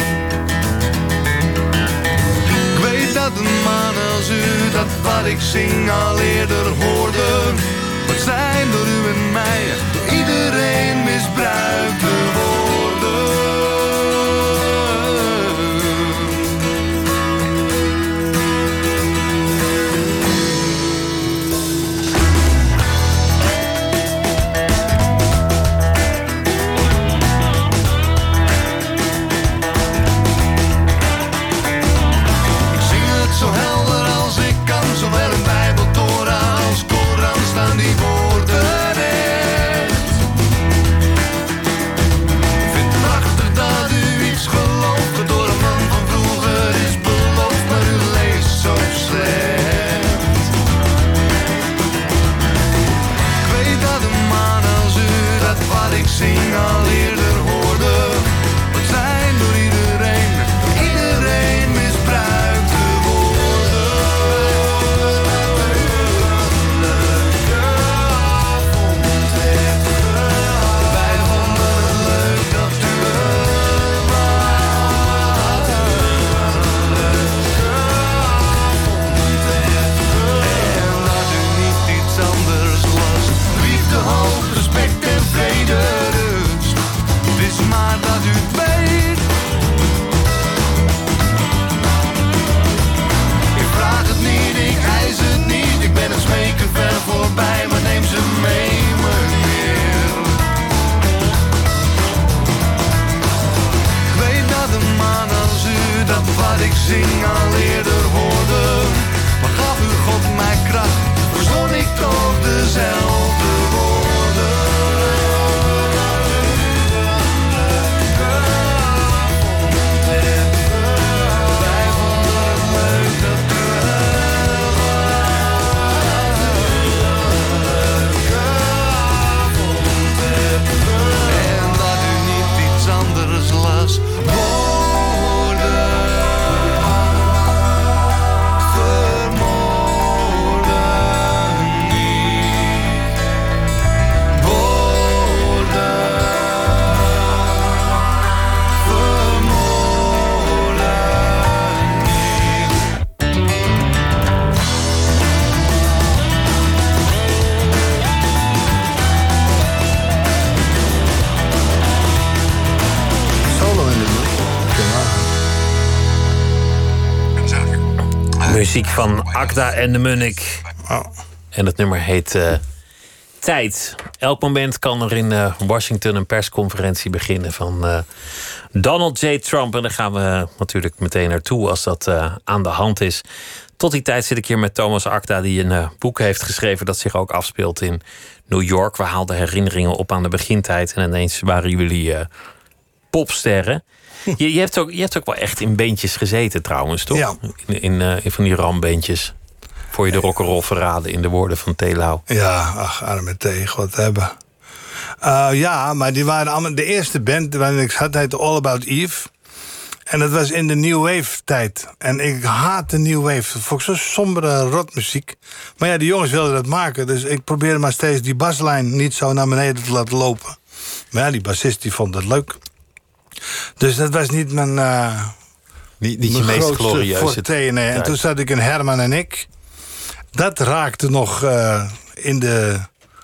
Ik weet dat een man als u dat wat ik zing al eerder hoorde. Wat zijn door u en mij, door iedereen misbruikte woorden. zing al eerder hoorde. Maar gaf u God mij kracht, verzon ik toch dezelfde woorden. Wij vonden het leuk dat u er was. En dat u niet iets anders las. Muziek van Akda en de Munnik. Oh. En het nummer heet uh, Tijd. Elk moment kan er in uh, Washington een persconferentie beginnen van uh, Donald J. Trump. En daar gaan we natuurlijk meteen naartoe als dat uh, aan de hand is. Tot die tijd zit ik hier met Thomas Akda, die een uh, boek heeft geschreven dat zich ook afspeelt in New York. We haalden herinneringen op aan de begintijd en ineens waren jullie uh, popsterren. Je, je, hebt ook, je hebt ook wel echt in beentjes gezeten trouwens, toch? Ja. In, in, uh, in van die rambeentjes. Voor je de rock'n'roll verraden in de woorden van Telau. Ja, ach, arme thee, god hebben. Uh, ja, maar die waren allemaal... De eerste band waarin ik zat heette All About Eve. En dat was in de New Wave tijd. En ik haatte New Wave. Dat vond ik zo sombere rotmuziek. Maar ja, die jongens wilden dat maken. Dus ik probeerde maar steeds die baslijn niet zo naar beneden te laten lopen. Maar ja, die bassist die vond dat leuk. Dus dat was niet mijn... Uh, niet, niet je meest glorieuze forte, nee. En toen zat ik in Herman en ik. Dat raakte nog uh, in de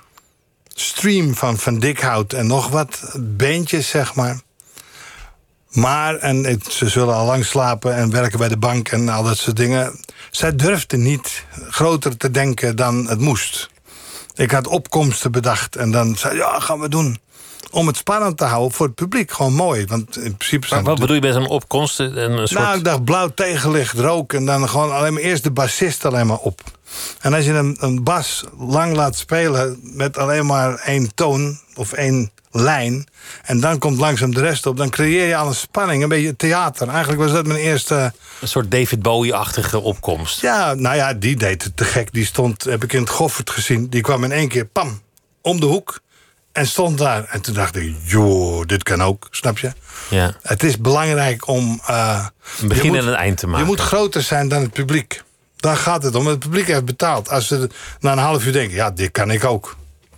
stream van Van Dikhout en nog wat bandjes, zeg maar. Maar, en het, ze zullen al lang slapen en werken bij de bank en al dat soort dingen. Zij durfden niet groter te denken dan het moest. Ik had opkomsten bedacht en dan zei ja, gaan we doen. Om het spannend te houden voor het publiek. Gewoon mooi. Want in principe maar wat de... bedoel je bij zo'n opkomst? Een soort... Nou, ik dacht blauw tegenlicht, rook en dan gewoon alleen maar eerst de bassist alleen maar op. En als je een, een bas lang laat spelen met alleen maar één toon of één lijn... en dan komt langzaam de rest op, dan creëer je al een spanning, een beetje theater. Eigenlijk was dat mijn eerste... Een soort David Bowie-achtige opkomst. Ja, nou ja, die deed het te gek. Die stond, heb ik in het Goffert gezien, die kwam in één keer, pam, om de hoek... en stond daar. En toen dacht ik, joh, dit kan ook, snap je? Ja. Het is belangrijk om... Uh, een begin en een eind te maken. Je moet groter zijn dan het publiek. Daar gaat het om. Het publiek heeft betaald. Als ze na een half uur denken, ja, dit kan ik ook.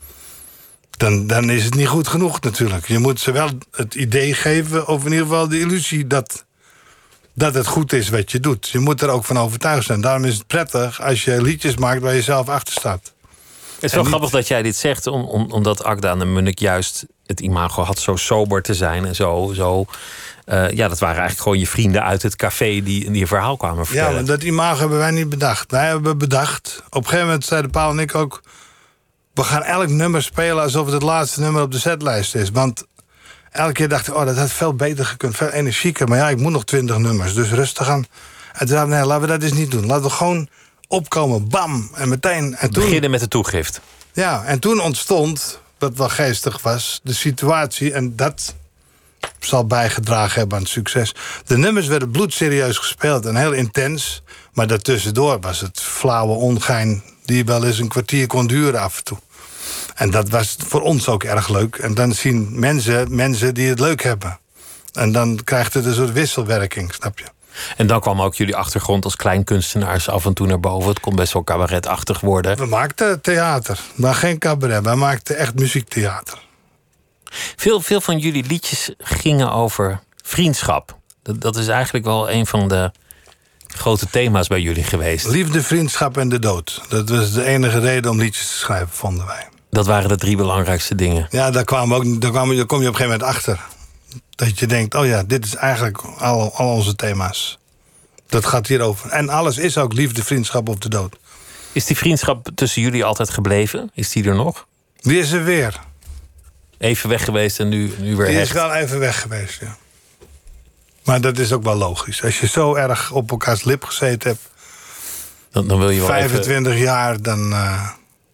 Dan, dan is het niet goed genoeg natuurlijk. Je moet ze wel het idee geven, of in ieder geval de illusie... dat, dat het goed is wat je doet. Je moet er ook van overtuigd zijn. Daarom is het prettig als je liedjes maakt waar je zelf achter staat. Het is wel niet... grappig dat jij dit zegt, om, om, omdat Akda en de Munnik juist het imago had zo sober te zijn en zo... zo Uh, ja, dat waren eigenlijk gewoon je vrienden uit het café die, die een verhaal kwamen vertellen. Ja, maar dat imago hebben wij niet bedacht. Wij hebben bedacht, op een gegeven moment zeiden Paul en ik ook... we gaan elk nummer spelen alsof het het laatste nummer op de setlijst is. Want elke keer dacht ik, oh, dat had veel beter gekund, veel energieker. Maar ja, ik moet nog twintig nummers, dus rustig aan. En toen dachten we, nee, laten we dat eens niet doen. Laten we gewoon opkomen, bam, en meteen... En toen, beginnen met de toegift. Ja, en toen ontstond, wat wel geestig was, de situatie... en dat... zal bijgedragen hebben aan het succes. De nummers werden bloedserieus gespeeld en heel intens. Maar daartussendoor was het flauwe ongein... die wel eens een kwartier kon duren af en toe. En dat was voor ons ook erg leuk. En dan zien mensen mensen die het leuk hebben. En dan krijgt het een soort wisselwerking, snap je? En dan kwam ook jullie achtergrond als kleinkunstenaars af en toe naar boven. Het kon best wel cabaretachtig worden. We maakten theater, maar geen cabaret. We maakten echt muziektheater. Veel, veel van jullie liedjes gingen over vriendschap. Dat, dat is eigenlijk wel een van de grote thema's bij jullie geweest. Liefde, vriendschap en de dood. Dat was de enige reden om liedjes te schrijven, vonden wij. Dat waren de drie belangrijkste dingen. Ja, daar, kwamen we ook, daar, kwamen, daar kom je op een gegeven moment achter. Dat je denkt, oh ja, dit is eigenlijk al, al onze thema's. Dat gaat hierover. En alles is ook liefde, vriendschap of de dood. Is die vriendschap tussen jullie altijd gebleven? Is die er nog? Die is er weer. Even weg geweest en nu, nu weer Die hecht. is wel even weg geweest, ja. Maar dat is ook wel logisch. Als je zo erg op elkaars lip gezeten hebt... Dan, dan wil je wel vijfentwintig even... jaar, dan... Uh,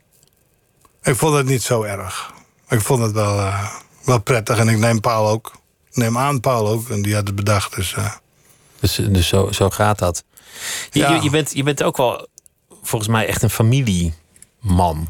ik vond het niet zo erg. Ik vond het wel, uh, wel prettig. En ik neem Paul ook. Ik neem aan Paul ook. En die had het bedacht, dus... Uh, dus dus zo, zo gaat dat. Je, ja. je, je, bent, je bent ook wel, volgens mij, echt een familieman.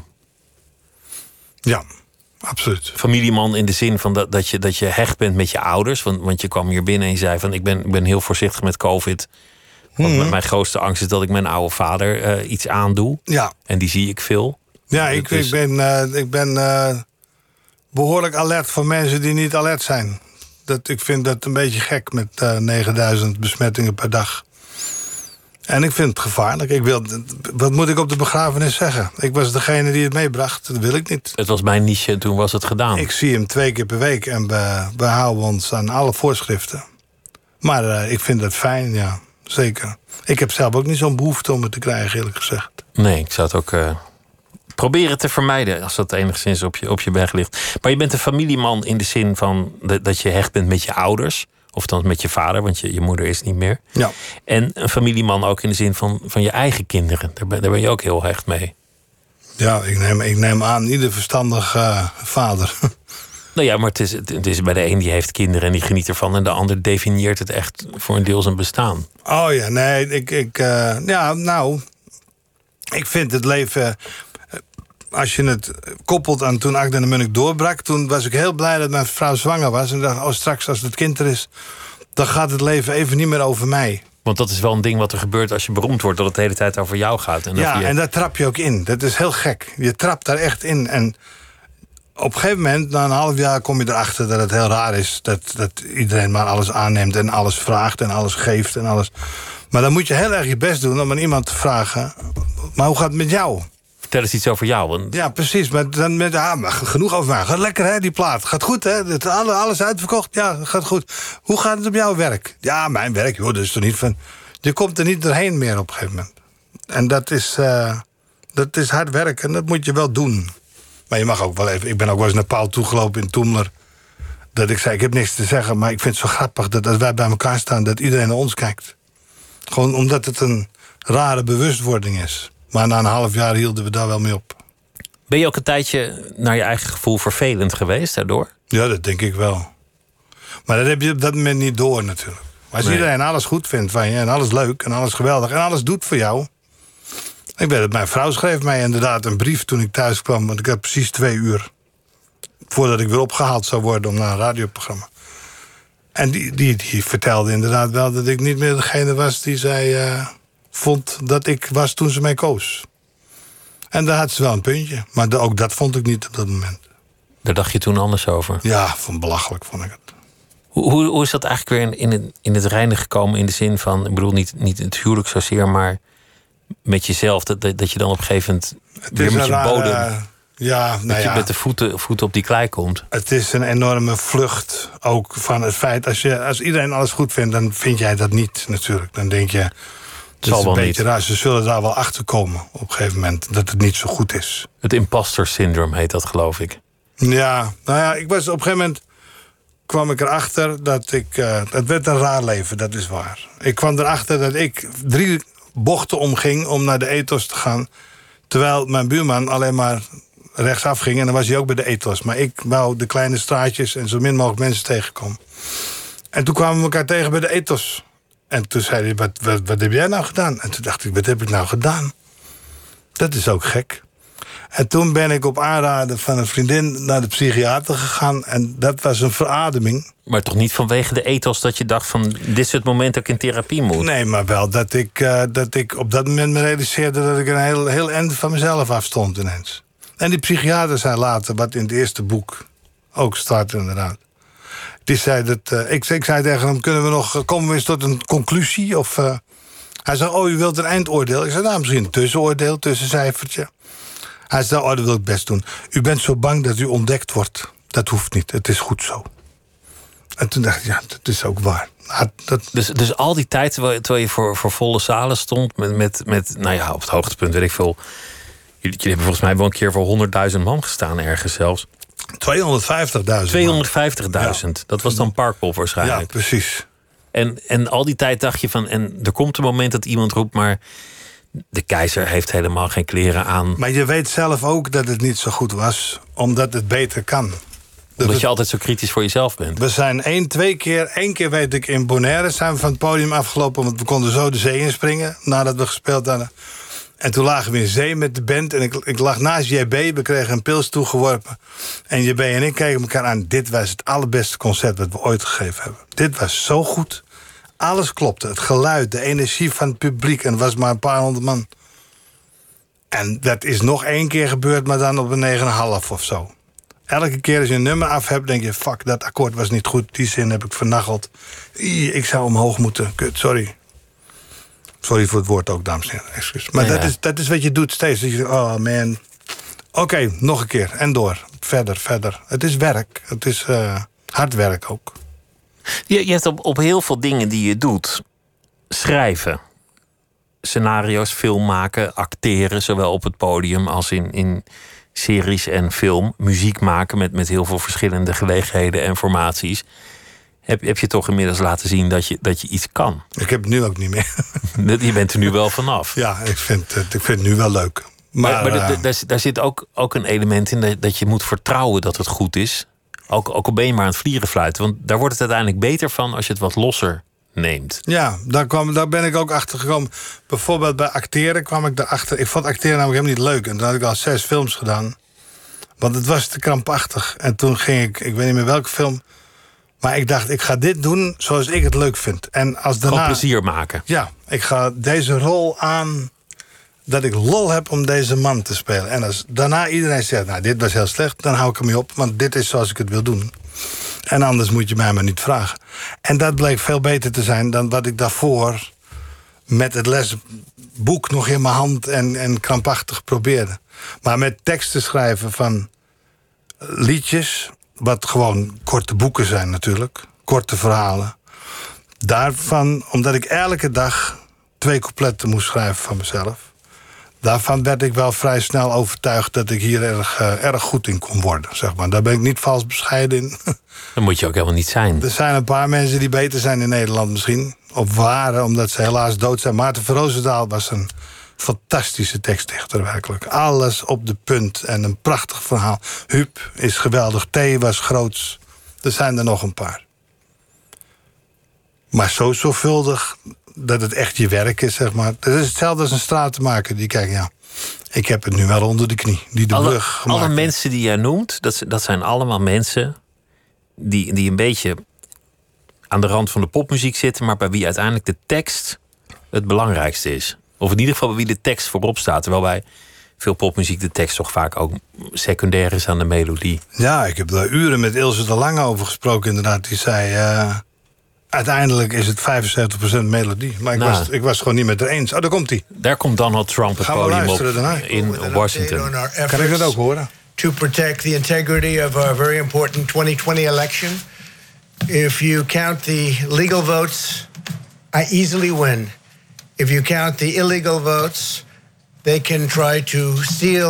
Ja. Absoluut. Familieman in de zin van dat, dat, je, dat je hecht bent met je ouders. Want, want je kwam hier binnen en je zei van... ik ben, ik ben heel voorzichtig met COVID. Want mm-hmm. mijn grootste angst is dat ik mijn oude vader uh, iets aandoe. Ja. En die zie ik veel. Ja, ik, dus... ik ben, uh, ik ben uh, behoorlijk alert voor mensen die niet alert zijn. Dat, ik vind dat een beetje gek met uh, negenduizend besmettingen per dag. En ik vind het gevaarlijk. Ik wil, wat moet ik op de begrafenis zeggen? Ik was degene die het meebracht. Dat wil ik niet. Het was mijn niche en toen was het gedaan. Ik zie hem twee keer per week en we, we houden ons aan alle voorschriften. Maar uh, ik vind dat fijn, ja. Zeker. Ik heb zelf ook niet zo'n behoefte om het te krijgen, eerlijk gezegd. Nee, ik zou het ook uh, proberen te vermijden... als dat enigszins op je, op je berg ligt. Maar je bent een familieman in de zin van... dat je hecht bent met je ouders... Of dan met je vader, want je, je moeder is niet meer. Ja. En een familieman ook in de zin van, van je eigen kinderen. Daar ben, daar ben je ook heel hecht mee. Ja, ik neem, ik neem aan, ieder verstandig uh, vader. Nou ja, maar het is, het is bij de een die heeft kinderen en die geniet ervan. En de ander definieert het echt voor een deel zijn bestaan. Oh ja, nee, ik... ik uh, ja, nou... Ik vind het leven... Als je het koppelt aan toen Agda de Munnik doorbrak... toen was ik heel blij dat mijn vrouw zwanger was. En dacht, oh, straks als het kind er is... dan gaat het leven even niet meer over mij. Want dat is wel een ding wat er gebeurt als je beroemd wordt... dat het de hele tijd over jou gaat. En ja, je... en daar trap je ook in. Dat is heel gek. Je trapt daar echt in. En op een gegeven moment, na een half jaar... kom je erachter dat het heel raar is... dat, dat iedereen maar alles aanneemt en alles vraagt... en alles geeft en alles. Maar dan moet je heel erg je best doen om aan iemand te vragen... maar hoe gaat het met jou? Vertel eens iets over jou. Want... Ja, precies. Maar dan met, ah, maar genoeg over mij. Gaat lekker, hè, die plaat. Gaat goed, hè? Het, alles uitverkocht? Ja, gaat goed. Hoe gaat het op jouw werk? Ja, mijn werk, joh, dat is toch niet van... Je komt er niet doorheen meer op een gegeven moment. En dat is, uh, dat is hard werken. En dat moet je wel doen. Maar je mag ook wel even... Ik ben ook wel eens naar Paul toegelopen in Toemler. Dat ik zei, ik heb niks te zeggen... maar ik vind het zo grappig dat als wij bij elkaar staan... dat iedereen naar ons kijkt. Gewoon omdat het een rare bewustwording is. Maar na een half jaar hielden we daar wel mee op. Ben je ook een tijdje naar je eigen gevoel vervelend geweest daardoor? Ja, dat denk ik wel. Maar dat heb je op dat moment niet door natuurlijk. Maar als nee. iedereen alles goed vindt van je... en alles leuk en alles geweldig en alles doet voor jou... Ik weet het, mijn vrouw schreef mij inderdaad een brief toen ik thuis kwam... want ik had precies twee uur... voordat ik weer opgehaald zou worden om naar een radioprogramma. En die, die, die vertelde inderdaad wel dat ik niet meer degene was... die zij uh, vond dat ik was toen ze mij koos. En daar had ze wel een puntje. Maar de, ook dat vond ik niet op dat moment. Daar dacht je toen anders over? Ja, van belachelijk vond ik het. Hoe, hoe, hoe is dat eigenlijk weer in, in, het, in het reine gekomen in de zin van... ik bedoel, niet, niet het huwelijk zozeer, maar met jezelf... dat, dat je dan op een gegeven moment het weer is met je rare, bodem... Uh, ja, nou dat je ja. met de voeten, voeten op die klei komt. Het is een enorme vlucht ook van het feit... als, je, als iedereen alles goed vindt, dan vind jij dat niet natuurlijk. Dan denk je, het is een beetje raar. Ze zullen daar wel achter komen op een gegeven moment... dat het niet zo goed is. Het imposter syndroom heet dat, geloof ik. Ja, nou ja, ik was op een gegeven moment... kwam ik erachter dat ik... Uh, het werd een raar leven, dat is waar. Ik kwam erachter dat ik drie bochten omging om naar de ethos te gaan... terwijl mijn buurman alleen maar rechtsaf ging... en dan was hij ook bij de ethos. Maar ik wou de kleine straatjes en zo min mogelijk mensen tegenkomen. En toen kwamen we elkaar tegen bij de ethos. En toen zei hij, wat, wat, wat heb jij nou gedaan? En toen dacht ik, wat heb ik nou gedaan? Dat is ook gek. En toen ben ik op aanraden van een vriendin naar de psychiater gegaan... en dat was een verademing. Maar toch niet vanwege de ethos dat je dacht van... dit is het moment dat ik in therapie moet? Nee, maar wel dat ik, uh, dat ik op dat moment me realiseerde... dat ik een heel, heel eind van mezelf afstond ineens. En die psychiater zei later, wat in het eerste boek ook staat inderdaad... die zei dat... Uh, ik, ik zei tegen hem, kunnen we nog, komen we eens tot een conclusie? Of, uh, hij zei, oh, u wilt een eindoordeel? Ik zei, nou, misschien een tussenoordeel, tussencijfertje. Hij zei, oh, dat wil ik best doen. U bent zo bang dat u ontdekt wordt. Dat hoeft niet, het is goed zo. En toen dacht ik, ja, dat is ook waar. Nou, dat... dus, dus al die tijd, terwijl, terwijl je voor, voor volle zalen stond... Met, met, met, nou ja, op het hoogtepunt, weet ik veel... Jullie, jullie hebben volgens mij wel een keer voor honderdduizend man gestaan, ergens zelfs. tweehonderdvijftigduizend. tweehonderdvijftigduizend, ja. Dat was dan Parkpop waarschijnlijk. Ja, precies. En, en al die tijd dacht je van... en er komt een moment dat iemand roept, maar... de keizer heeft helemaal geen kleren aan. Maar je weet zelf ook dat het niet zo goed was, omdat het beter kan. Omdat het, je altijd zo kritisch voor jezelf bent. We zijn één, twee keer, één keer weet ik in Bonaire... zijn we van het podium afgelopen, want we konden zo de zee inspringen... nadat we gespeeld hadden. En toen lagen we in zee met de band en ik, ik lag naast J B. We kregen een pils toegeworpen. En J B en ik keken elkaar aan. Dit was het allerbeste concert dat we ooit gegeven hebben. Dit was zo goed. Alles klopte. Het geluid, de energie van het publiek. En het was maar een paar honderd man. En dat is nog één keer gebeurd, maar dan op een negen komma vijf of zo. Elke keer als je een nummer af hebt, denk je... fuck, dat akkoord was niet goed. Die zin heb ik vernacheld. Ik zou omhoog moeten. Kut, sorry. Sorry voor het woord ook, dames en heren. Excuus. Maar ja, dat, ja. Is, dat is wat je doet steeds. Dat je denkt, oh man. Oké, okay, nog een keer. En door. Verder, verder. Het is werk. Het is uh, hard werk ook. Je, je hebt op, op heel veel dingen die je doet... schrijven. Scenario's, film maken, acteren... zowel op het podium als in, in series en film. Muziek maken met, met heel veel verschillende gelegenheden en formaties. heb, heb je toch inmiddels laten zien dat je, dat je iets kan. Ik heb het nu ook niet meer. Je bent er nu wel vanaf. Ja, ik vind het, ik vind het nu wel leuk. Maar, maar, maar uh, d- d- daar zit ook, ook een element in dat, dat je moet vertrouwen dat het goed is. Ook, ook al ben je maar aan het vlierenfluiten. Want daar wordt het uiteindelijk beter van als je het wat losser neemt. Ja, daar, kwam, daar ben ik ook achter gekomen. Bijvoorbeeld bij acteren kwam ik erachter. Ik vond acteren namelijk helemaal niet leuk. En toen had ik al zes films gedaan. Want het was te krampachtig. En toen ging ik, ik weet niet meer welke film. Maar ik dacht, ik ga dit doen zoals ik het leuk vind. En als daarna, Gewoon plezier maken. Ja, ik ga deze rol aan dat ik lol heb om deze man te spelen. En als daarna iedereen zegt, nou, dit was heel slecht, dan hou ik ermee op. Want dit is zoals ik het wil doen. En anders moet je mij maar niet vragen. En dat bleek veel beter te zijn dan wat ik daarvoor met het lesboek nog in mijn hand en, en krampachtig probeerde. Maar met teksten schrijven van liedjes, wat gewoon korte boeken zijn natuurlijk, korte verhalen. Daarvan, omdat ik elke dag twee coupletten moest schrijven van mezelf, daarvan werd ik wel vrij snel overtuigd dat ik hier erg, uh, erg goed in kon worden. Zeg maar. Daar ben ik niet vals bescheiden in. Dat moet je ook helemaal niet zijn. Er zijn een paar mensen die beter zijn in Nederland misschien. Of waren, omdat ze helaas dood zijn. Maarten van Roosendaal was een fantastische tekstdichter werkelijk. Alles op de punt en een prachtig verhaal. Huub is geweldig, T was groots. Er zijn er nog een paar. Maar zo zorgvuldig dat het echt je werk is, zeg maar. Het is hetzelfde als een stratenmaker die kijkt, ja, ik heb het nu wel onder de knie. Die de alle, brug gemaakt. alle mensen die jij noemt, dat, dat zijn allemaal mensen die, die een beetje aan de rand van de popmuziek zitten, maar bij wie uiteindelijk de tekst het belangrijkste is. Of in ieder geval bij wie de tekst voorop staat. Terwijl bij veel popmuziek de tekst toch vaak ook secundair is aan de melodie. Ja, ik heb daar uren met Ilse de Lange over gesproken inderdaad. Die zei, uh, uiteindelijk is het vijfenzeventig procent melodie. Maar ik, nou, was, ik was het gewoon niet met haar eens. Oh, daar komt hij. Daar komt Donald Trump het podium op in Washington. Kan ik dat ook horen? To protect the integrity of our very important twenty twenty election. If you count the legal votes, I easily win. If you count the illegal votes, they can try to steal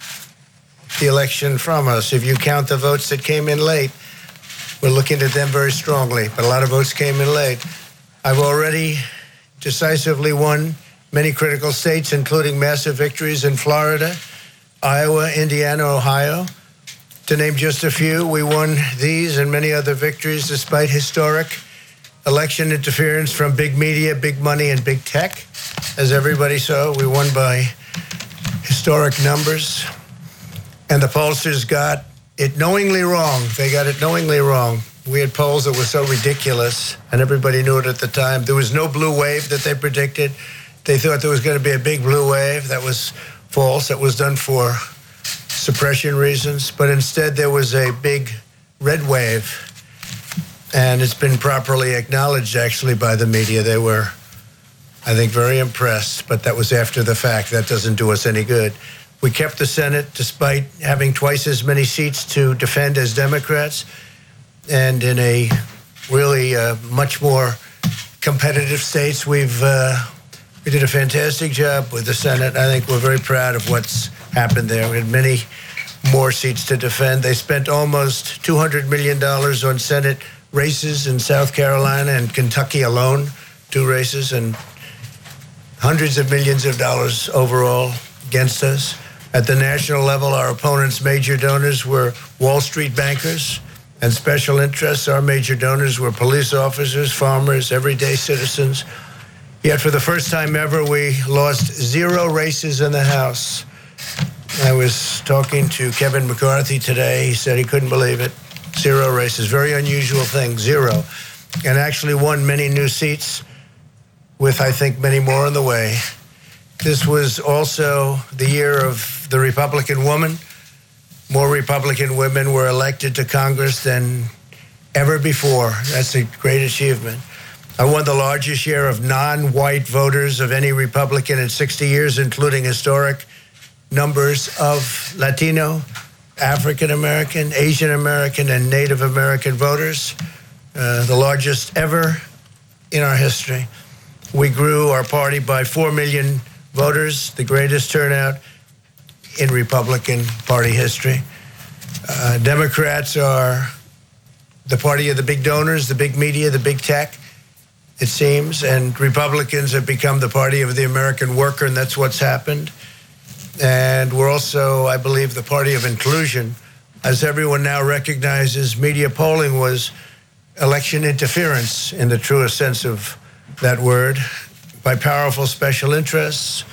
the election from us. If you count the votes that came in late, we're looking at them very strongly. But a lot of votes came in late. I've already decisively won many critical states, including massive victories in Florida, Iowa, Indiana, Ohio. To name just a few, we won these and many other victories despite historic election interference from big media, big money, and big tech. As everybody saw, we won by historic numbers. And the pollsters got it knowingly wrong. They got it knowingly wrong. We had polls that were so ridiculous, and everybody knew it at the time. There was no blue wave that they predicted. They thought there was going to be a big blue wave. That was false. That was done for suppression reasons. But instead, there was a big red wave. And it's been properly acknowledged, actually, by the media. They were, I think, very impressed. But that was after the fact. That doesn't do us any good. We kept the Senate despite having twice as many seats to defend as Democrats. And in a really uh, much more competitive states, we've uh, we did a fantastic job with the Senate. I think we're very proud of what's happened there. We had many more seats to defend. They spent almost two hundred million dollars on Senate races in South Carolina and Kentucky alone, two races, and hundreds of millions of dollars overall against us. At the national level, our opponents' major donors were Wall Street bankers and special interests. Our major donors were police officers, farmers, everyday citizens. Yet for the first time ever, we lost zero races in the House. I was talking to Kevin McCarthy today. He said he couldn't believe it. Zero races, very unusual thing, zero. And actually won many new seats with, I think, many more on the way. This was also the year of the Republican woman. More Republican women were elected to Congress than ever before. That's a great achievement. I won the largest share of non-white voters of any Republican in sixty years, including historic numbers of Latino, African American, Asian American, and Native American voters, uh, the largest ever in our history. We grew our party by four million voters, the greatest turnout in Republican Party history. Uh, Democrats are the party of the big donors, the big media, the big tech, it seems. And Republicans have become the party of the American worker, and that's what's happened. And we're also, I believe, the party of inclusion. As everyone now recognizes, media polling was election interference in the truest sense of that word, by powerful special interests.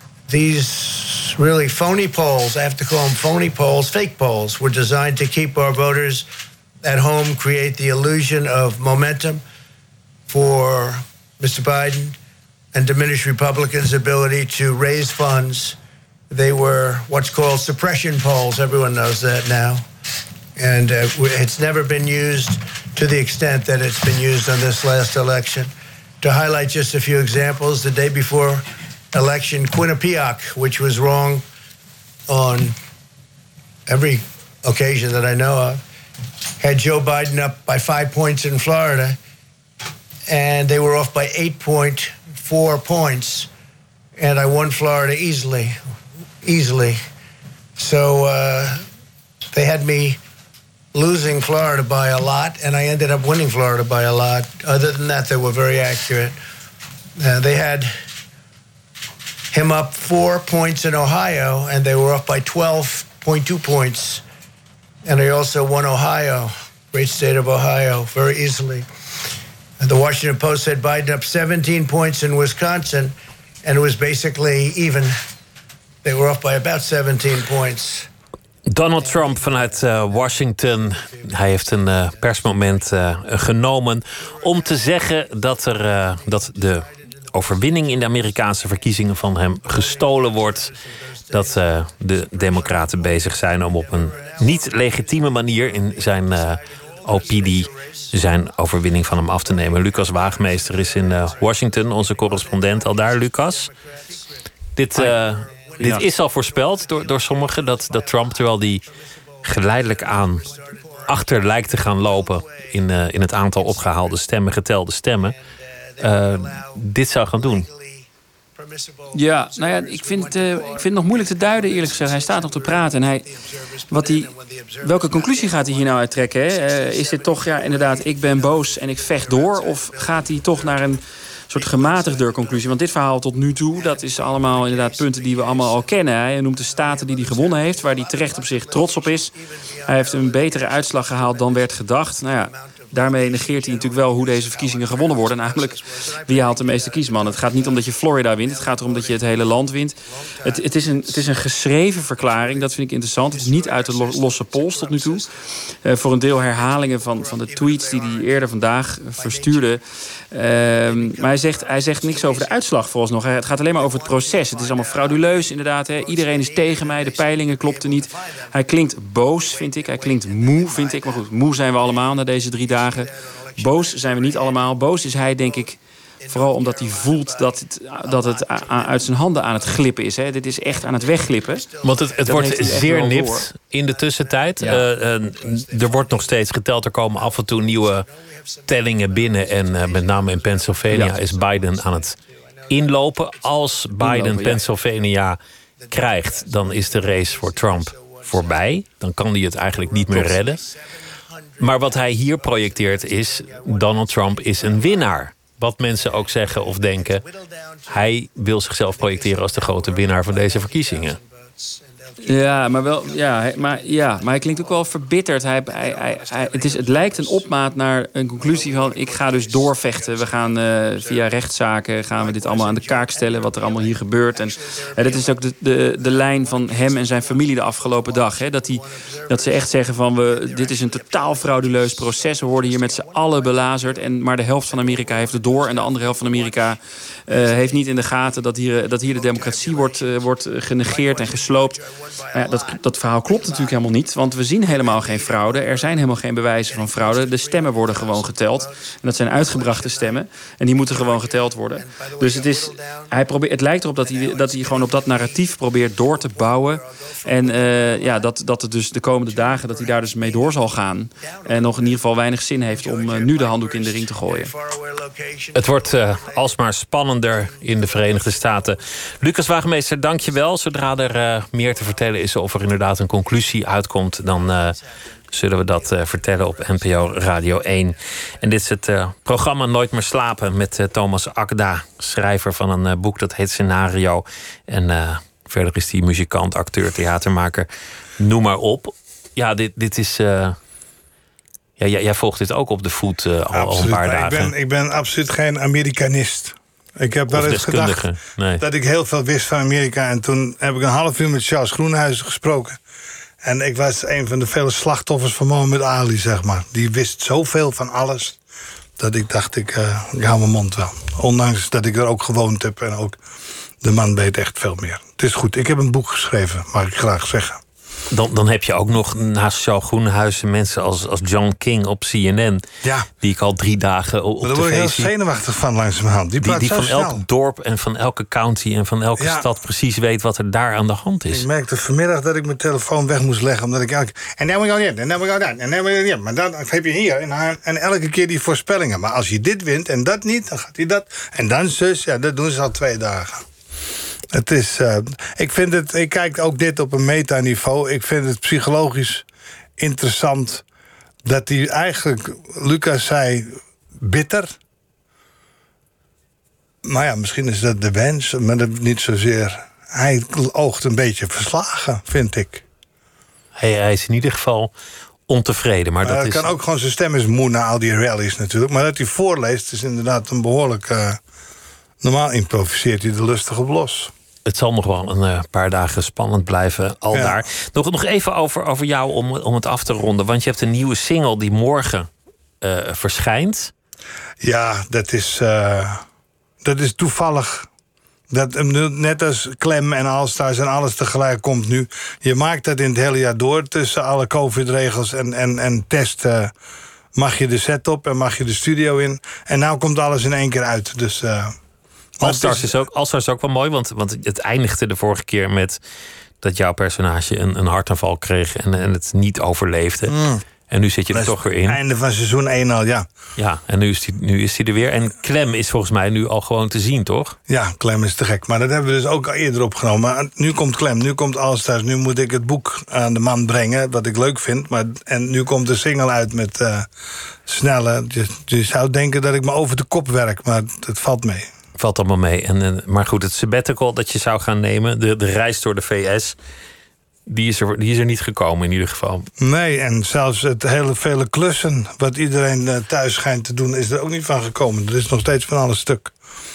These really phony polls, I have to call them phony polls, fake polls, were designed to keep our voters at home, create the illusion of momentum for Mister Biden, and diminish Republicans' ability to raise funds. They were what's called suppression polls. Everyone knows that now. And uh, it's never been used to the extent that it's been used on this last election. To highlight just a few examples, the day before election, Quinnipiac, which was wrong on every occasion that I know of, had Joe Biden up by five points in Florida, and they were off by eight point four points, and I won Florida easily, easily. So uh, they had me losing Florida by a lot, and I ended up winning Florida by a lot. Other than that, they were very accurate. Uh, they had him up four points in Ohio, and they were up by twelve point two points. And I also won Ohio, great state of Ohio, very easily. And the Washington Post said Biden up seventeen points in Wisconsin, and it was basically even. They were off by about seventeen points. Donald Trump vanuit uh, Washington. Hij heeft een uh, persmoment uh, genomen om te zeggen dat, er, uh, dat de overwinning in de Amerikaanse verkiezingen van hem gestolen wordt. Dat uh, de Democraten bezig zijn om op een niet legitieme manier in zijn uh, opinie zijn overwinning van hem af te nemen. Lucas Waagmeester is in uh, Washington, onze correspondent al daar. Lucas, dit... Uh, Dit is al voorspeld door, door sommigen, dat, dat Trump, terwijl die geleidelijk aan achter lijkt te gaan lopen in, uh, in het aantal opgehaalde stemmen, getelde stemmen, uh, dit zou gaan doen. Ja, nou ja, ik vind, het, uh, ik vind het nog moeilijk te duiden, eerlijk gezegd. Hij staat nog te praten en hij, wat hij, welke conclusie gaat hij hier nou uit trekken? Hè? Uh, is dit toch, ja, inderdaad, ik ben boos en ik vecht door? Of gaat hij toch naar een soort gematigder conclusie? Want dit verhaal tot nu toe, dat is allemaal inderdaad punten die we allemaal al kennen. Hij noemt de staten die hij gewonnen heeft, waar hij terecht op zich trots op is. Hij heeft een betere uitslag gehaald dan werd gedacht. Nou ja, daarmee negeert hij natuurlijk wel hoe deze verkiezingen gewonnen worden. Namelijk, wie haalt de meeste kiesmannen? Het gaat niet om dat je Florida wint. Het gaat erom dat je het hele land wint. Het, het, is, een, het is een geschreven verklaring. Dat vind ik interessant. Het is niet uit de losse pols tot nu toe. Uh, voor een deel herhalingen van, van de tweets die hij eerder vandaag verstuurde. Uh, maar hij zegt, hij zegt niks over de uitslag vooralsnog. Het gaat alleen maar over het proces. Het is allemaal frauduleus inderdaad. Hè. Iedereen is tegen mij. De peilingen klopten niet. Hij klinkt boos, vind ik. Hij klinkt moe, vind ik. Maar goed, moe zijn we allemaal na deze drie dagen. Boos zijn we niet allemaal. Boos is hij, denk ik, vooral omdat hij voelt dat het, dat het uit zijn handen aan het glippen is. Hè. Dit is echt aan het wegglippen. Want het, het wordt zeer nipt in de tussentijd. Ja. Uh, uh, er wordt nog steeds geteld. Er komen af en toe nieuwe tellingen binnen. En uh, met name in Pennsylvania ja. is Biden aan het inlopen. Als Biden inlopen, Pennsylvania ja. krijgt, dan is de race voor Trump voorbij. Dan kan hij het eigenlijk niet meer redden. Maar wat hij hier projecteert is, Donald Trump is een winnaar. Wat mensen ook zeggen of denken. Hij wil zichzelf projecteren als de grote winnaar van deze verkiezingen. Ja, maar, wel, ja, maar, ja, maar hij klinkt ook wel verbitterd. Hij, hij, hij, hij, het, is, het lijkt een opmaat naar een conclusie van, ik ga dus doorvechten. We gaan uh, via rechtszaken gaan we dit allemaal aan de kaak stellen. Wat er allemaal hier gebeurt. En uh, dit is ook de, de, de lijn van hem en zijn familie de afgelopen dag. Hè? Dat, die, dat ze echt zeggen van, we, dit is een totaal frauduleus proces. We worden hier met z'n allen belazerd. En, maar de helft van Amerika heeft het door. En de andere helft van Amerika uh, heeft niet in de gaten dat hier, dat hier de democratie wordt, uh, wordt genegeerd en gesloopt. Ja, dat, dat verhaal klopt natuurlijk helemaal niet. Want we zien helemaal geen fraude. Er zijn helemaal geen bewijzen van fraude. De stemmen worden gewoon geteld. En dat zijn uitgebrachte stemmen. En die moeten gewoon geteld worden. Dus het, is, hij probeert, het lijkt erop dat hij, dat hij gewoon op dat narratief probeert door te bouwen. En uh, ja, dat, dat het dus de komende dagen, dat hij daar dus mee door zal gaan. En nog in ieder geval weinig zin heeft om uh, nu de handdoek in de ring te gooien. Het wordt uh, alsmaar spannender in de Verenigde Staten. Lucas Waagmeester, dank je wel. Zodra er uh, meer te vertellen vertellen is of er inderdaad een conclusie uitkomt, dan uh, zullen we dat uh, vertellen op N P O Radio één. En dit is het uh, programma Nooit meer slapen met uh, Thomas Akda, schrijver van een uh, boek dat heet Scenario. En uh, verder is hij muzikant, acteur, theatermaker, noem maar op. Ja, dit, dit is... Uh, ja, jij, jij volgt dit ook op de voet uh, al, al een paar dagen. Ik ben, ik ben absoluut geen Amerikanist. Ik heb wel eens gedacht nee. dat ik heel veel wist van Amerika. En toen heb ik een half uur met Charles Groenhuizen gesproken. En ik was een van de vele slachtoffers van Mohammed Ali, zeg maar. Die wist zoveel van alles, dat ik dacht, ik, uh, ik hou mijn mond wel. Ondanks dat ik er ook gewoond heb en ook de man weet echt veel meer. Het is goed, ik heb een boek geschreven, mag ik graag zeggen. Dan, dan heb je ook nog naast Charles Groenhuizen mensen als, als John King op C N N. Ja. Die ik al drie dagen op maar tv zie. Daar word je heel zenuwachtig van langzamerhand. Die, die, die van snel. elk dorp en van elke county en van elke ja. stad precies weet wat er daar aan de hand is. Ik merkte vanmiddag dat ik mijn telefoon weg moest leggen. Omdat ik elke... En dan moet je dit, en dan moet je dat, en dan moet je dit. Maar dan heb je hier en, en elke keer die voorspellingen. Maar als je dit wint en dat niet, dan gaat hij dat. En dan zus, ja, dat doen ze al twee dagen. Het is, uh, ik vind het, ik kijk ook dit op een metaniveau. Ik vind het psychologisch interessant dat hij eigenlijk, Lucas zei, bitter. Maar ja, misschien is dat de wens, maar dat niet zozeer. Hij oogt een beetje verslagen, vind ik. Hij, hij is in ieder geval ontevreden. Maar, maar dat is... kan ook gewoon, zijn stem is moe na al die rallies natuurlijk. Maar dat hij voorleest is inderdaad een behoorlijk... Uh, normaal improviseert hij er lustig op los. Het zal nog wel een uh, paar dagen spannend blijven, al ja. daar. Nog, nog even over, over jou om, om het af te ronden. Want je hebt een nieuwe single die morgen uh, verschijnt. Ja, dat is, uh, dat is toevallig. Dat, net als Clem en Allstars en alles tegelijk komt nu. Je maakt dat in het hele jaar door. Tussen alle covid-regels en, en, en testen mag je de set op en mag je de studio in. En nou komt alles in één keer uit. Dus... Uh, Allstars is, ook, Allstars is ook wel mooi, want, want het eindigde de vorige keer met dat jouw personage een, een hartaanval kreeg en, en het niet overleefde. Mm. En nu zit je er toch weer in. Einde van seizoen één al, ja. Ja, en nu is hij nu is er weer. En Clem is volgens mij nu al gewoon te zien, toch? Ja, Clem is te gek. Maar dat hebben we dus ook al eerder opgenomen. Maar nu komt Clem, nu komt Allstars. Nu moet ik het boek aan de man brengen, wat ik leuk vind. Maar, en nu komt de single uit met uh, snelle. Je, je zou denken dat ik me over de kop werk, maar het valt mee. Valt allemaal mee. En, maar goed, het sabbatical dat je zou gaan nemen, de, de reis door de V S, die is, er, die is er niet gekomen in ieder geval. Nee, en zelfs het hele vele klussen wat iedereen thuis schijnt te doen, is er ook niet van gekomen. Er is nog steeds van alles stuk.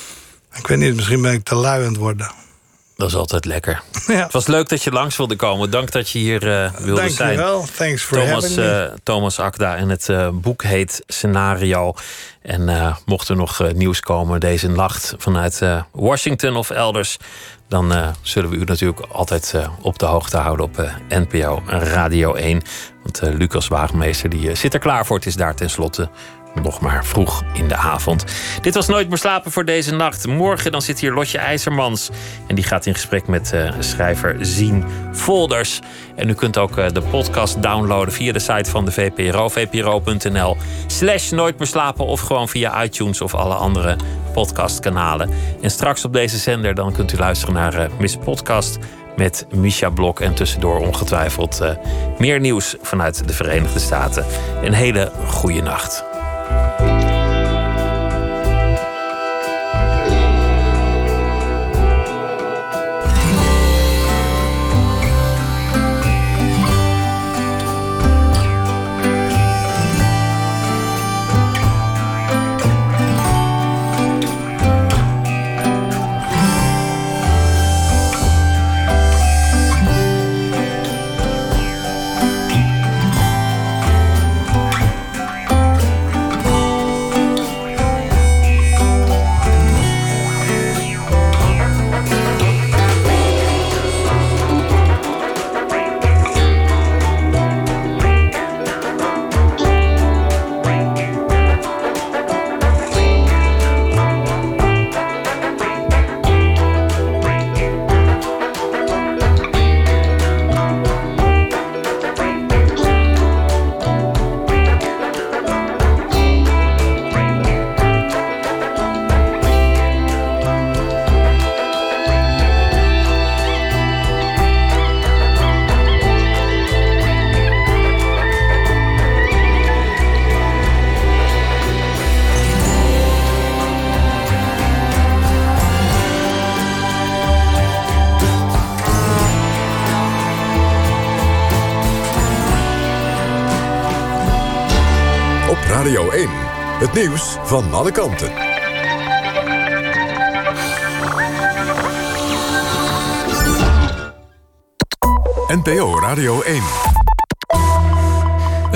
Ik weet niet, misschien ben ik te lui aan het worden. Dat is altijd lekker. Ja. Het was leuk dat je langs wilde komen. Dank dat je hier uh, wilde Dank zijn. Dank je wel. Thanks for Thomas, having me. Uh, Thomas Akda. En het uh, boek heet Scenario. En uh, mocht er nog uh, nieuws komen deze nacht vanuit uh, Washington of elders, dan uh, zullen we u natuurlijk altijd uh, op de hoogte houden op uh, N P O Radio één. Want uh, Lucas Waagmeester die, uh, zit er klaar voor. Het is daar tenslotte nog maar vroeg in de avond. Dit was Nooit meer slapen voor deze nacht. Morgen dan zit hier Lotje IJzermans. En die gaat in gesprek met uh, schrijver Zien Volders. En u kunt ook uh, de podcast downloaden via de site van de V P R O. V P R O punt N L slash Nooit meer slapen. Of gewoon via iTunes of alle andere podcastkanalen. En straks op deze zender dan kunt u luisteren naar uh, Miss Podcast met Misha Blok. En tussendoor ongetwijfeld uh, meer nieuws vanuit de Verenigde Staten. Een hele goede nacht. Radio één. Het nieuws van alle kanten. N P O Radio één.